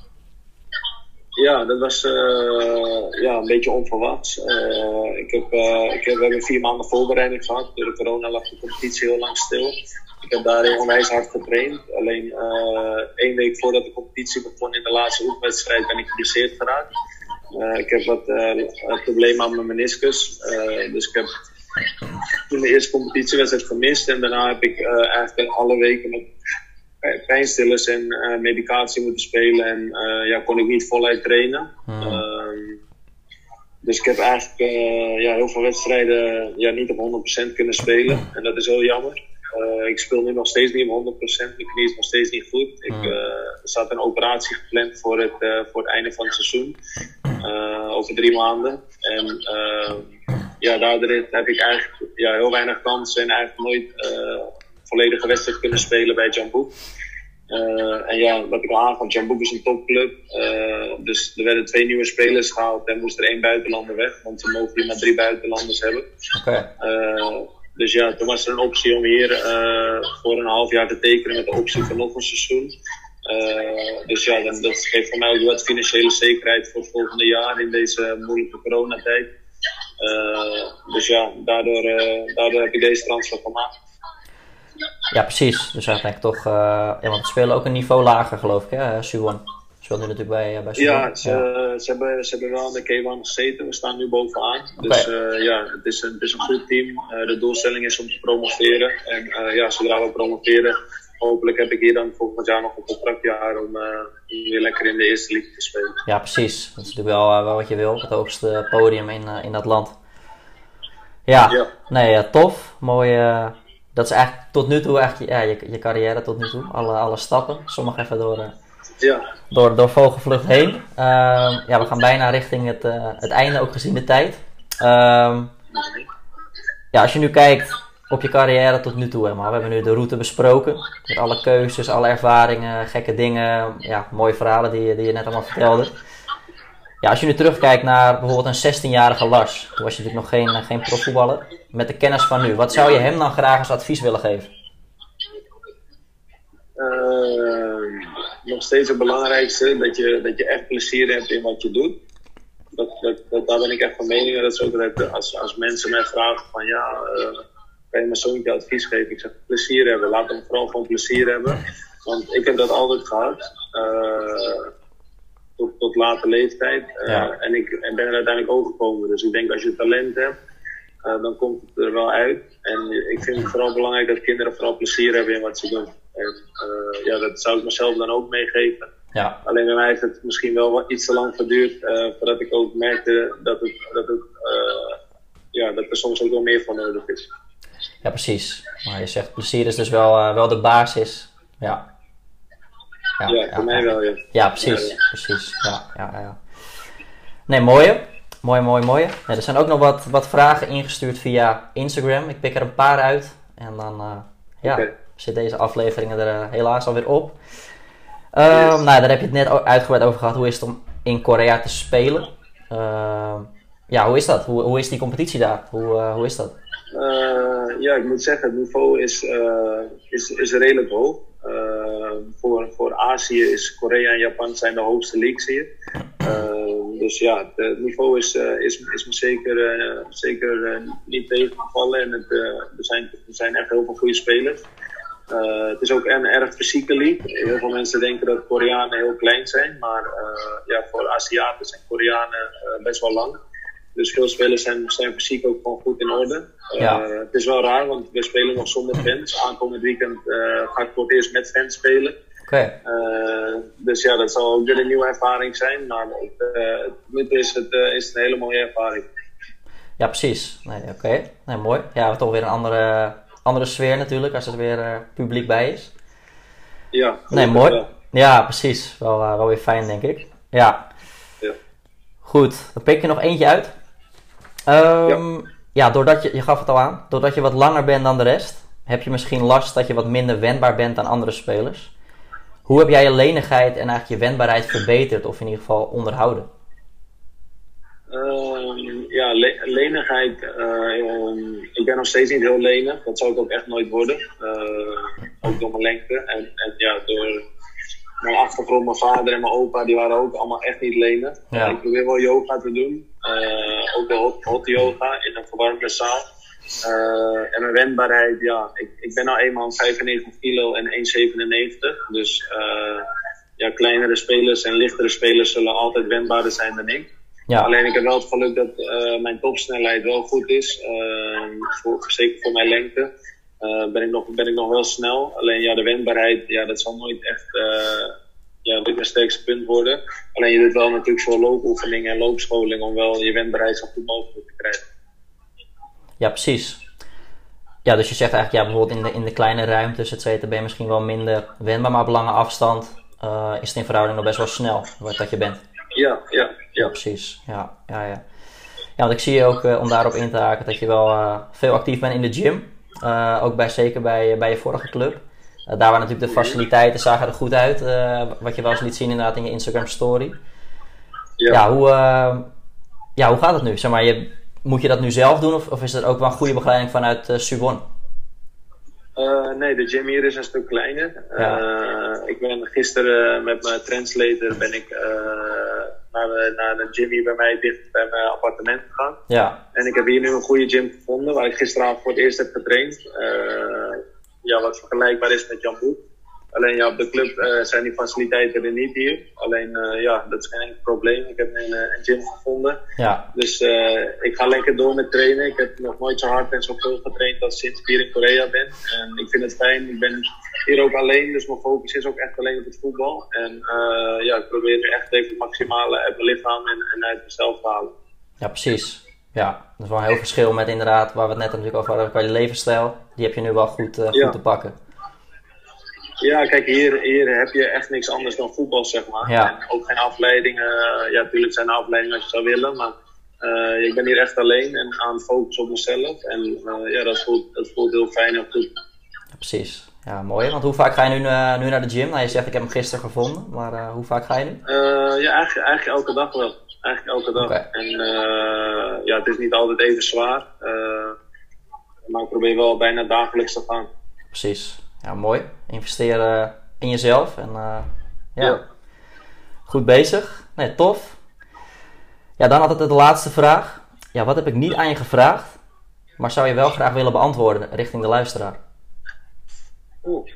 Ja, dat was uh, ja, een beetje onverwachts. Uh, ik heb, uh, ik heb, we hebben vier maanden voorbereiding gehad. Door de corona lag de competitie heel lang stil. Ik heb daarin onwijs hard getraind. Alleen uh, één week voordat de competitie begon in de laatste oefenwedstrijd ben ik geblesseerd geraakt. Uh, ik heb wat uh, problemen aan mijn meniscus. Uh, dus ik heb toen de eerste competitiewedstrijd gemist. En daarna heb ik uh, eigenlijk alle weken met pijnstillers en uh, medicatie moeten spelen. En uh, ja, kon ik niet voluit trainen. Hmm. Uh, dus ik heb eigenlijk uh, ja, heel veel wedstrijden ja, niet op honderd procent kunnen spelen. En dat is heel jammer. Uh, ik speel nu nog steeds niet op honderd procent. Mijn knie is nog steeds niet goed. Ik, uh, er staat een operatie gepland voor het, uh, voor het einde van het seizoen. Uh, over drie maanden. En uh, ja, daardoor heb ik eigenlijk ja, heel weinig kansen en eigenlijk nooit uh, volledige wedstrijd kunnen spelen bij Jamboek. Uh, en ja, wat ik al aangaf, Jamboek is een topclub. Uh, dus er werden twee nieuwe spelers gehaald en moest er één buitenlander weg. Want ze mogen hier maar drie buitenlanders hebben. Okay. Uh, Dus ja, toen was er een optie om hier uh, voor een half jaar te tekenen met de optie voor nog een seizoen. Uh, dus ja, dan, dat geeft voor mij ook wat financiële zekerheid voor het volgende jaar in deze moeilijke coronatijd. Uh, dus ja, daardoor, uh, daardoor heb ik deze transfer gemaakt. Ja, precies. Dus eigenlijk toch, uh, ja, want ze spelen ook een niveau lager geloof ik, hè, Suwon. Speelt nu natuurlijk bij, uh, bij Suwon. Ja, ze, ja. Ze, hebben, ze hebben wel aan de K één gezeten. We staan nu bovenaan. Okay. Dus uh, ja, het is, een, het is een goed team. Uh, de doelstelling is om te promoveren. En uh, ja, zodra we promoveren, hopelijk heb ik hier dan volgend jaar nog een contractjaar om uh, weer lekker in de eerste liga te spelen. Ja, precies. Dat is natuurlijk wel, uh, wel wat je wil. Het hoogste podium in, uh, in dat land. Ja, ja. Nee, uh, tof. Mooi. Uh, dat is eigenlijk tot nu toe eigenlijk, ja, je, je carrière tot nu toe. Alle, alle stappen. Sommige even door... Uh, Ja. Door, door vogelvlucht heen. Uh, ja, we gaan bijna richting het, uh, het einde, ook gezien de tijd. Uh, ja, als je nu kijkt op je carrière tot nu toe, Emma? We hebben nu de route besproken. Met alle keuzes, alle ervaringen, gekke dingen. Ja, mooie verhalen die, die je net allemaal vertelde. Ja, als je nu terugkijkt naar bijvoorbeeld een zestienjarige Lars. Toen was je natuurlijk nog geen, geen profvoetballer. Met de kennis van nu. Wat zou je hem dan graag als advies willen geven? Uh, nog steeds het belangrijkste. Dat je, dat je echt plezier hebt in wat je doet. Dat, dat, dat, daar ben ik echt van mening. Dat is ook dat als, als mensen mij vragen van ja, uh, kan je mijn zoontje advies geven? Ik zeg plezier hebben. Laat hem vooral gewoon plezier hebben. Want ik heb dat altijd gehad. Uh, tot, tot late leeftijd. Uh, ja. en, ik, en ben er uiteindelijk ook gekomen. Dus ik denk als je talent hebt, uh, dan komt het er wel uit. En ik vind het vooral belangrijk dat kinderen vooral plezier hebben in wat ze doen. En uh, ja, dat zou ik mezelf dan ook meegeven. Ja. Alleen bij mij heeft het misschien wel wat iets te lang geduurd uh, voordat ik ook merkte dat, het, dat, het, uh, ja, dat er soms ook wel meer van nodig is. Ja, precies. Maar je zegt plezier is dus wel, uh, wel de basis. Ja, ja, ja voor ja, mij ja. wel, ja. Ja, precies. Ja, ja. precies. Ja, ja, ja. Nee, mooie. Mooi, mooi, mooi. Nee, er zijn ook nog wat, wat vragen ingestuurd via Instagram. Ik pik er een paar uit. En dan uh, ja, okay. zit deze afleveringen er uh, helaas alweer op. Uh, yes. Nou, daar heb je het net uitgebreid over gehad. Hoe is het om in Korea te spelen? Uh, ja, hoe is dat? Hoe, hoe is die competitie daar? Hoe, uh, hoe is dat? Uh, ja, ik moet zeggen, het niveau is, uh, is, is redelijk hoog. Uh, voor, voor Azië is Korea en Japan zijn de hoogste leagues hier. Uh, dus ja, het niveau is, uh, is, is me zeker, uh, zeker uh, niet tegengevallen. En het, uh, er, zijn, er zijn echt heel veel goede spelers. Uh, het is ook een erg fysieke league. Heel veel mensen denken dat Koreanen heel klein zijn. Maar uh, ja, voor Aziaten zijn Koreanen uh, best wel lang. Dus veel spelers zijn, zijn fysiek ook gewoon goed in orde. Uh, ja. Het is wel raar, want we spelen nog zonder fans. Aankomend weekend uh, ga ik voor het eerst met fans spelen. Okay. Uh, dus ja, dat zal ook weer een nieuwe ervaring zijn. Maar het uh, is, het, uh, is een hele mooie ervaring. Ja, precies. Nee, Oké, okay. nee, mooi. Ja, toch weer een andere, andere sfeer natuurlijk, als er weer uh, publiek bij is. Ja, nee, mooi. Wel. Ja, precies. Wel, uh, wel weer fijn, denk ik. Ja. ja. Goed, dan pik je nog eentje uit. Um, ja. ja, doordat je, je gaf het al aan, doordat je wat langer bent dan de rest, heb je misschien last dat je wat minder wendbaar bent dan andere spelers. Hoe heb jij je lenigheid en eigenlijk je wendbaarheid verbeterd of in ieder geval onderhouden? Uh, ja, le- lenigheid. Uh, um, ik ben nog steeds niet heel lenig. Dat zou ik ook echt nooit worden. Uh, ook door mijn lengte. En, en ja, door mijn achtergrond, mijn vader en mijn opa, die waren ook allemaal echt niet lenig. Ja. Uh, ik probeer wel yoga te doen. Uh, ook wel hot, hot yoga in een verwarmde zaal. Uh, en mijn wendbaarheid, ja, ik, ik ben nou eenmaal vijfennegentig kilo en één komma zevenennegentig. Dus uh, ja, kleinere spelers en lichtere spelers zullen altijd wendbaarder zijn dan ik. Ja. Alleen ik heb wel het geluk dat uh, mijn topsnelheid wel goed is. Uh, voor, zeker voor mijn lengte uh, ben, ik nog, ben ik nog wel snel. Alleen ja, de wendbaarheid, ja, dat zal nooit echt uh, ja, mijn sterkste punt worden. Alleen je doet wel natuurlijk voor loopoefeningen en loopscholing om wel je wendbaarheid zo goed mogelijk te krijgen. Ja, precies. Ja, dus je zegt eigenlijk, ja, bijvoorbeeld in de, in de kleine ruimtes, et cetera, ben je misschien wel minder wendbaar, maar op lange afstand uh, is het in verhouding nog best wel snel wat dat je bent. Ja, ja, ja. Ja, precies. Ja, ja, ja. Ja, want ik zie je ook, uh, om daarop in te haken, dat je wel uh, veel actief bent in de gym. Uh, ook bij, zeker bij, bij je vorige club. Uh, daar waren natuurlijk de faciliteiten, zagen er goed uit, uh, wat je wel eens liet zien inderdaad in je Instagram story. Ja, ja hoe, uh, ja, hoe gaat het nu? Zeg maar, je... Moet je dat nu zelf doen of, of is er ook wel een goede begeleiding vanuit uh, Suwon? Uh, nee, de gym hier is een stuk kleiner. Ja. Uh, ik ben gisteren uh, met mijn translator ben ik, uh, naar, de, naar de gym hier bij mij dicht bij mijn appartement gegaan. Ja. En ik heb hier nu een goede gym gevonden waar ik gisteravond voor het eerst heb getraind. Uh, ja, wat vergelijkbaar is met Jan Boek. Alleen ja, op de club uh, zijn die faciliteiten er niet hier. Alleen uh, ja, dat is geen enkel probleem. Ik heb een, een gym gevonden. Ja. Dus uh, ik ga lekker door met trainen. Ik heb nog nooit zo hard en zo veel getraind als sinds ik hier in Korea ben. En ik vind het fijn. Ik ben hier ook alleen, dus mijn focus is ook echt alleen op het voetbal. En uh, ja, ik probeer nu echt even het maximale uit mijn lichaam en, en uit mezelf te halen. Ja, precies. Ja, dat is wel een heel verschil met inderdaad, waar we het net natuurlijk over hadden, qua je levensstijl. Die heb je nu wel goed, uh, goed ja. te pakken. Ja, kijk, hier, hier heb je echt niks anders dan voetbal, zeg maar. Ja. En ook geen afleidingen. Ja, natuurlijk zijn er afleidingen als je zou willen, maar Uh, ik ben hier echt alleen en aan het focussen op mezelf. En uh, ja, dat voelt, dat voelt heel fijn en goed. Ja, precies. Ja, mooi. Want hoe vaak ga je nu, uh, nu naar de gym? Nou, je zegt ik heb hem gisteren gevonden, maar uh, hoe vaak ga je nu? Uh, ja, eigenlijk, eigenlijk elke dag wel. Eigenlijk elke dag. Okay. En uh, ja, het is niet altijd even zwaar. Uh, maar ik probeer wel bijna dagelijks te gaan. Precies. Ja, mooi. Investeren in jezelf. En uh, ja, ja, goed bezig. Nee, tof. Ja, dan altijd de laatste vraag. Ja, wat heb ik niet aan je gevraagd, maar zou je wel graag willen beantwoorden richting de luisteraar? Oeh.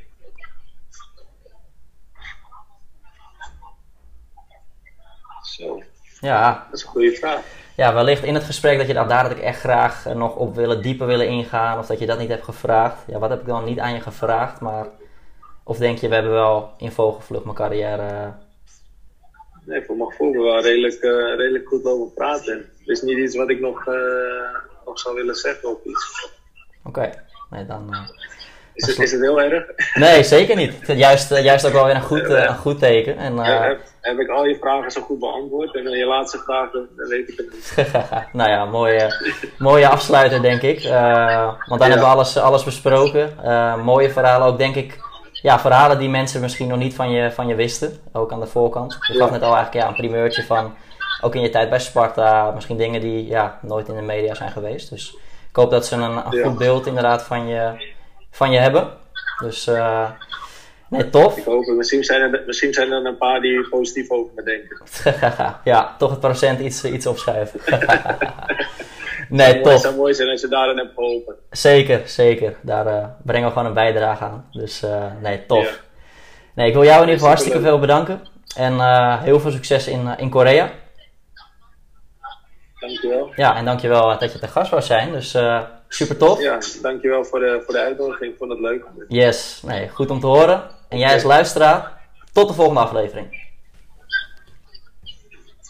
Zo. Ja. Dat is een goede vraag. Ja, wellicht in het gesprek dat je dacht, daar had ik echt graag nog op willen, dieper willen ingaan. Of dat je dat niet hebt gevraagd. Ja, wat heb ik dan niet aan je gevraagd? Maar, of denk je, we hebben wel in vogelvlucht mijn carrière... Nee, voor mijn gevoel hebben we wel redelijk, uh, redelijk goed over praten. Het is niet iets wat ik nog, uh, nog zou willen zeggen of iets. Oké. Okay. Nee, dan... Uh... Is het, is het heel erg? Nee, zeker niet. Juist, juist ook wel weer een goed, uh, een goed teken. En, uh... heb, heb ik al je vragen zo goed beantwoord? En je laatste vraag, dan weet ik het niet. Nou ja, mooie, mooie afsluiter denk ik. Uh, want dan ja. hebben we alles, alles besproken. Uh, mooie verhalen ook denk ik. Ja, verhalen die mensen misschien nog niet van je, van je wisten. Ook aan de voorkant. Je gaf net al eigenlijk ja, een primeurtje van... Ook in je tijd bij Sparta. Misschien dingen die ja, nooit in de media zijn geweest. Dus ik hoop dat ze een, een ja. goed beeld inderdaad van je... van je hebben. Dus uh, nee, tof. Ik hoop het. Misschien zijn er, misschien zijn er een paar die positief over me denken. Ja, toch het procent iets, iets opschuiven. Nee, het tof. Het zou mooi zijn als je daarin hebt geholpen. Zeker, zeker. Daar uh, brengen we gewoon een bijdrage aan. Dus uh, nee, tof. Ja. Nee, ik wil jou in ieder geval hartstikke veel bedanken. En uh, heel veel succes in, uh, in Korea. Dankjewel. Ja, en dankjewel dat je te gast wou zijn. Dus uh, super tof. Ja, dankjewel voor de, voor de uitnodiging. Ik vond het leuk. Yes, nee, goed om te horen. En jij als luisteraar, tot de volgende aflevering.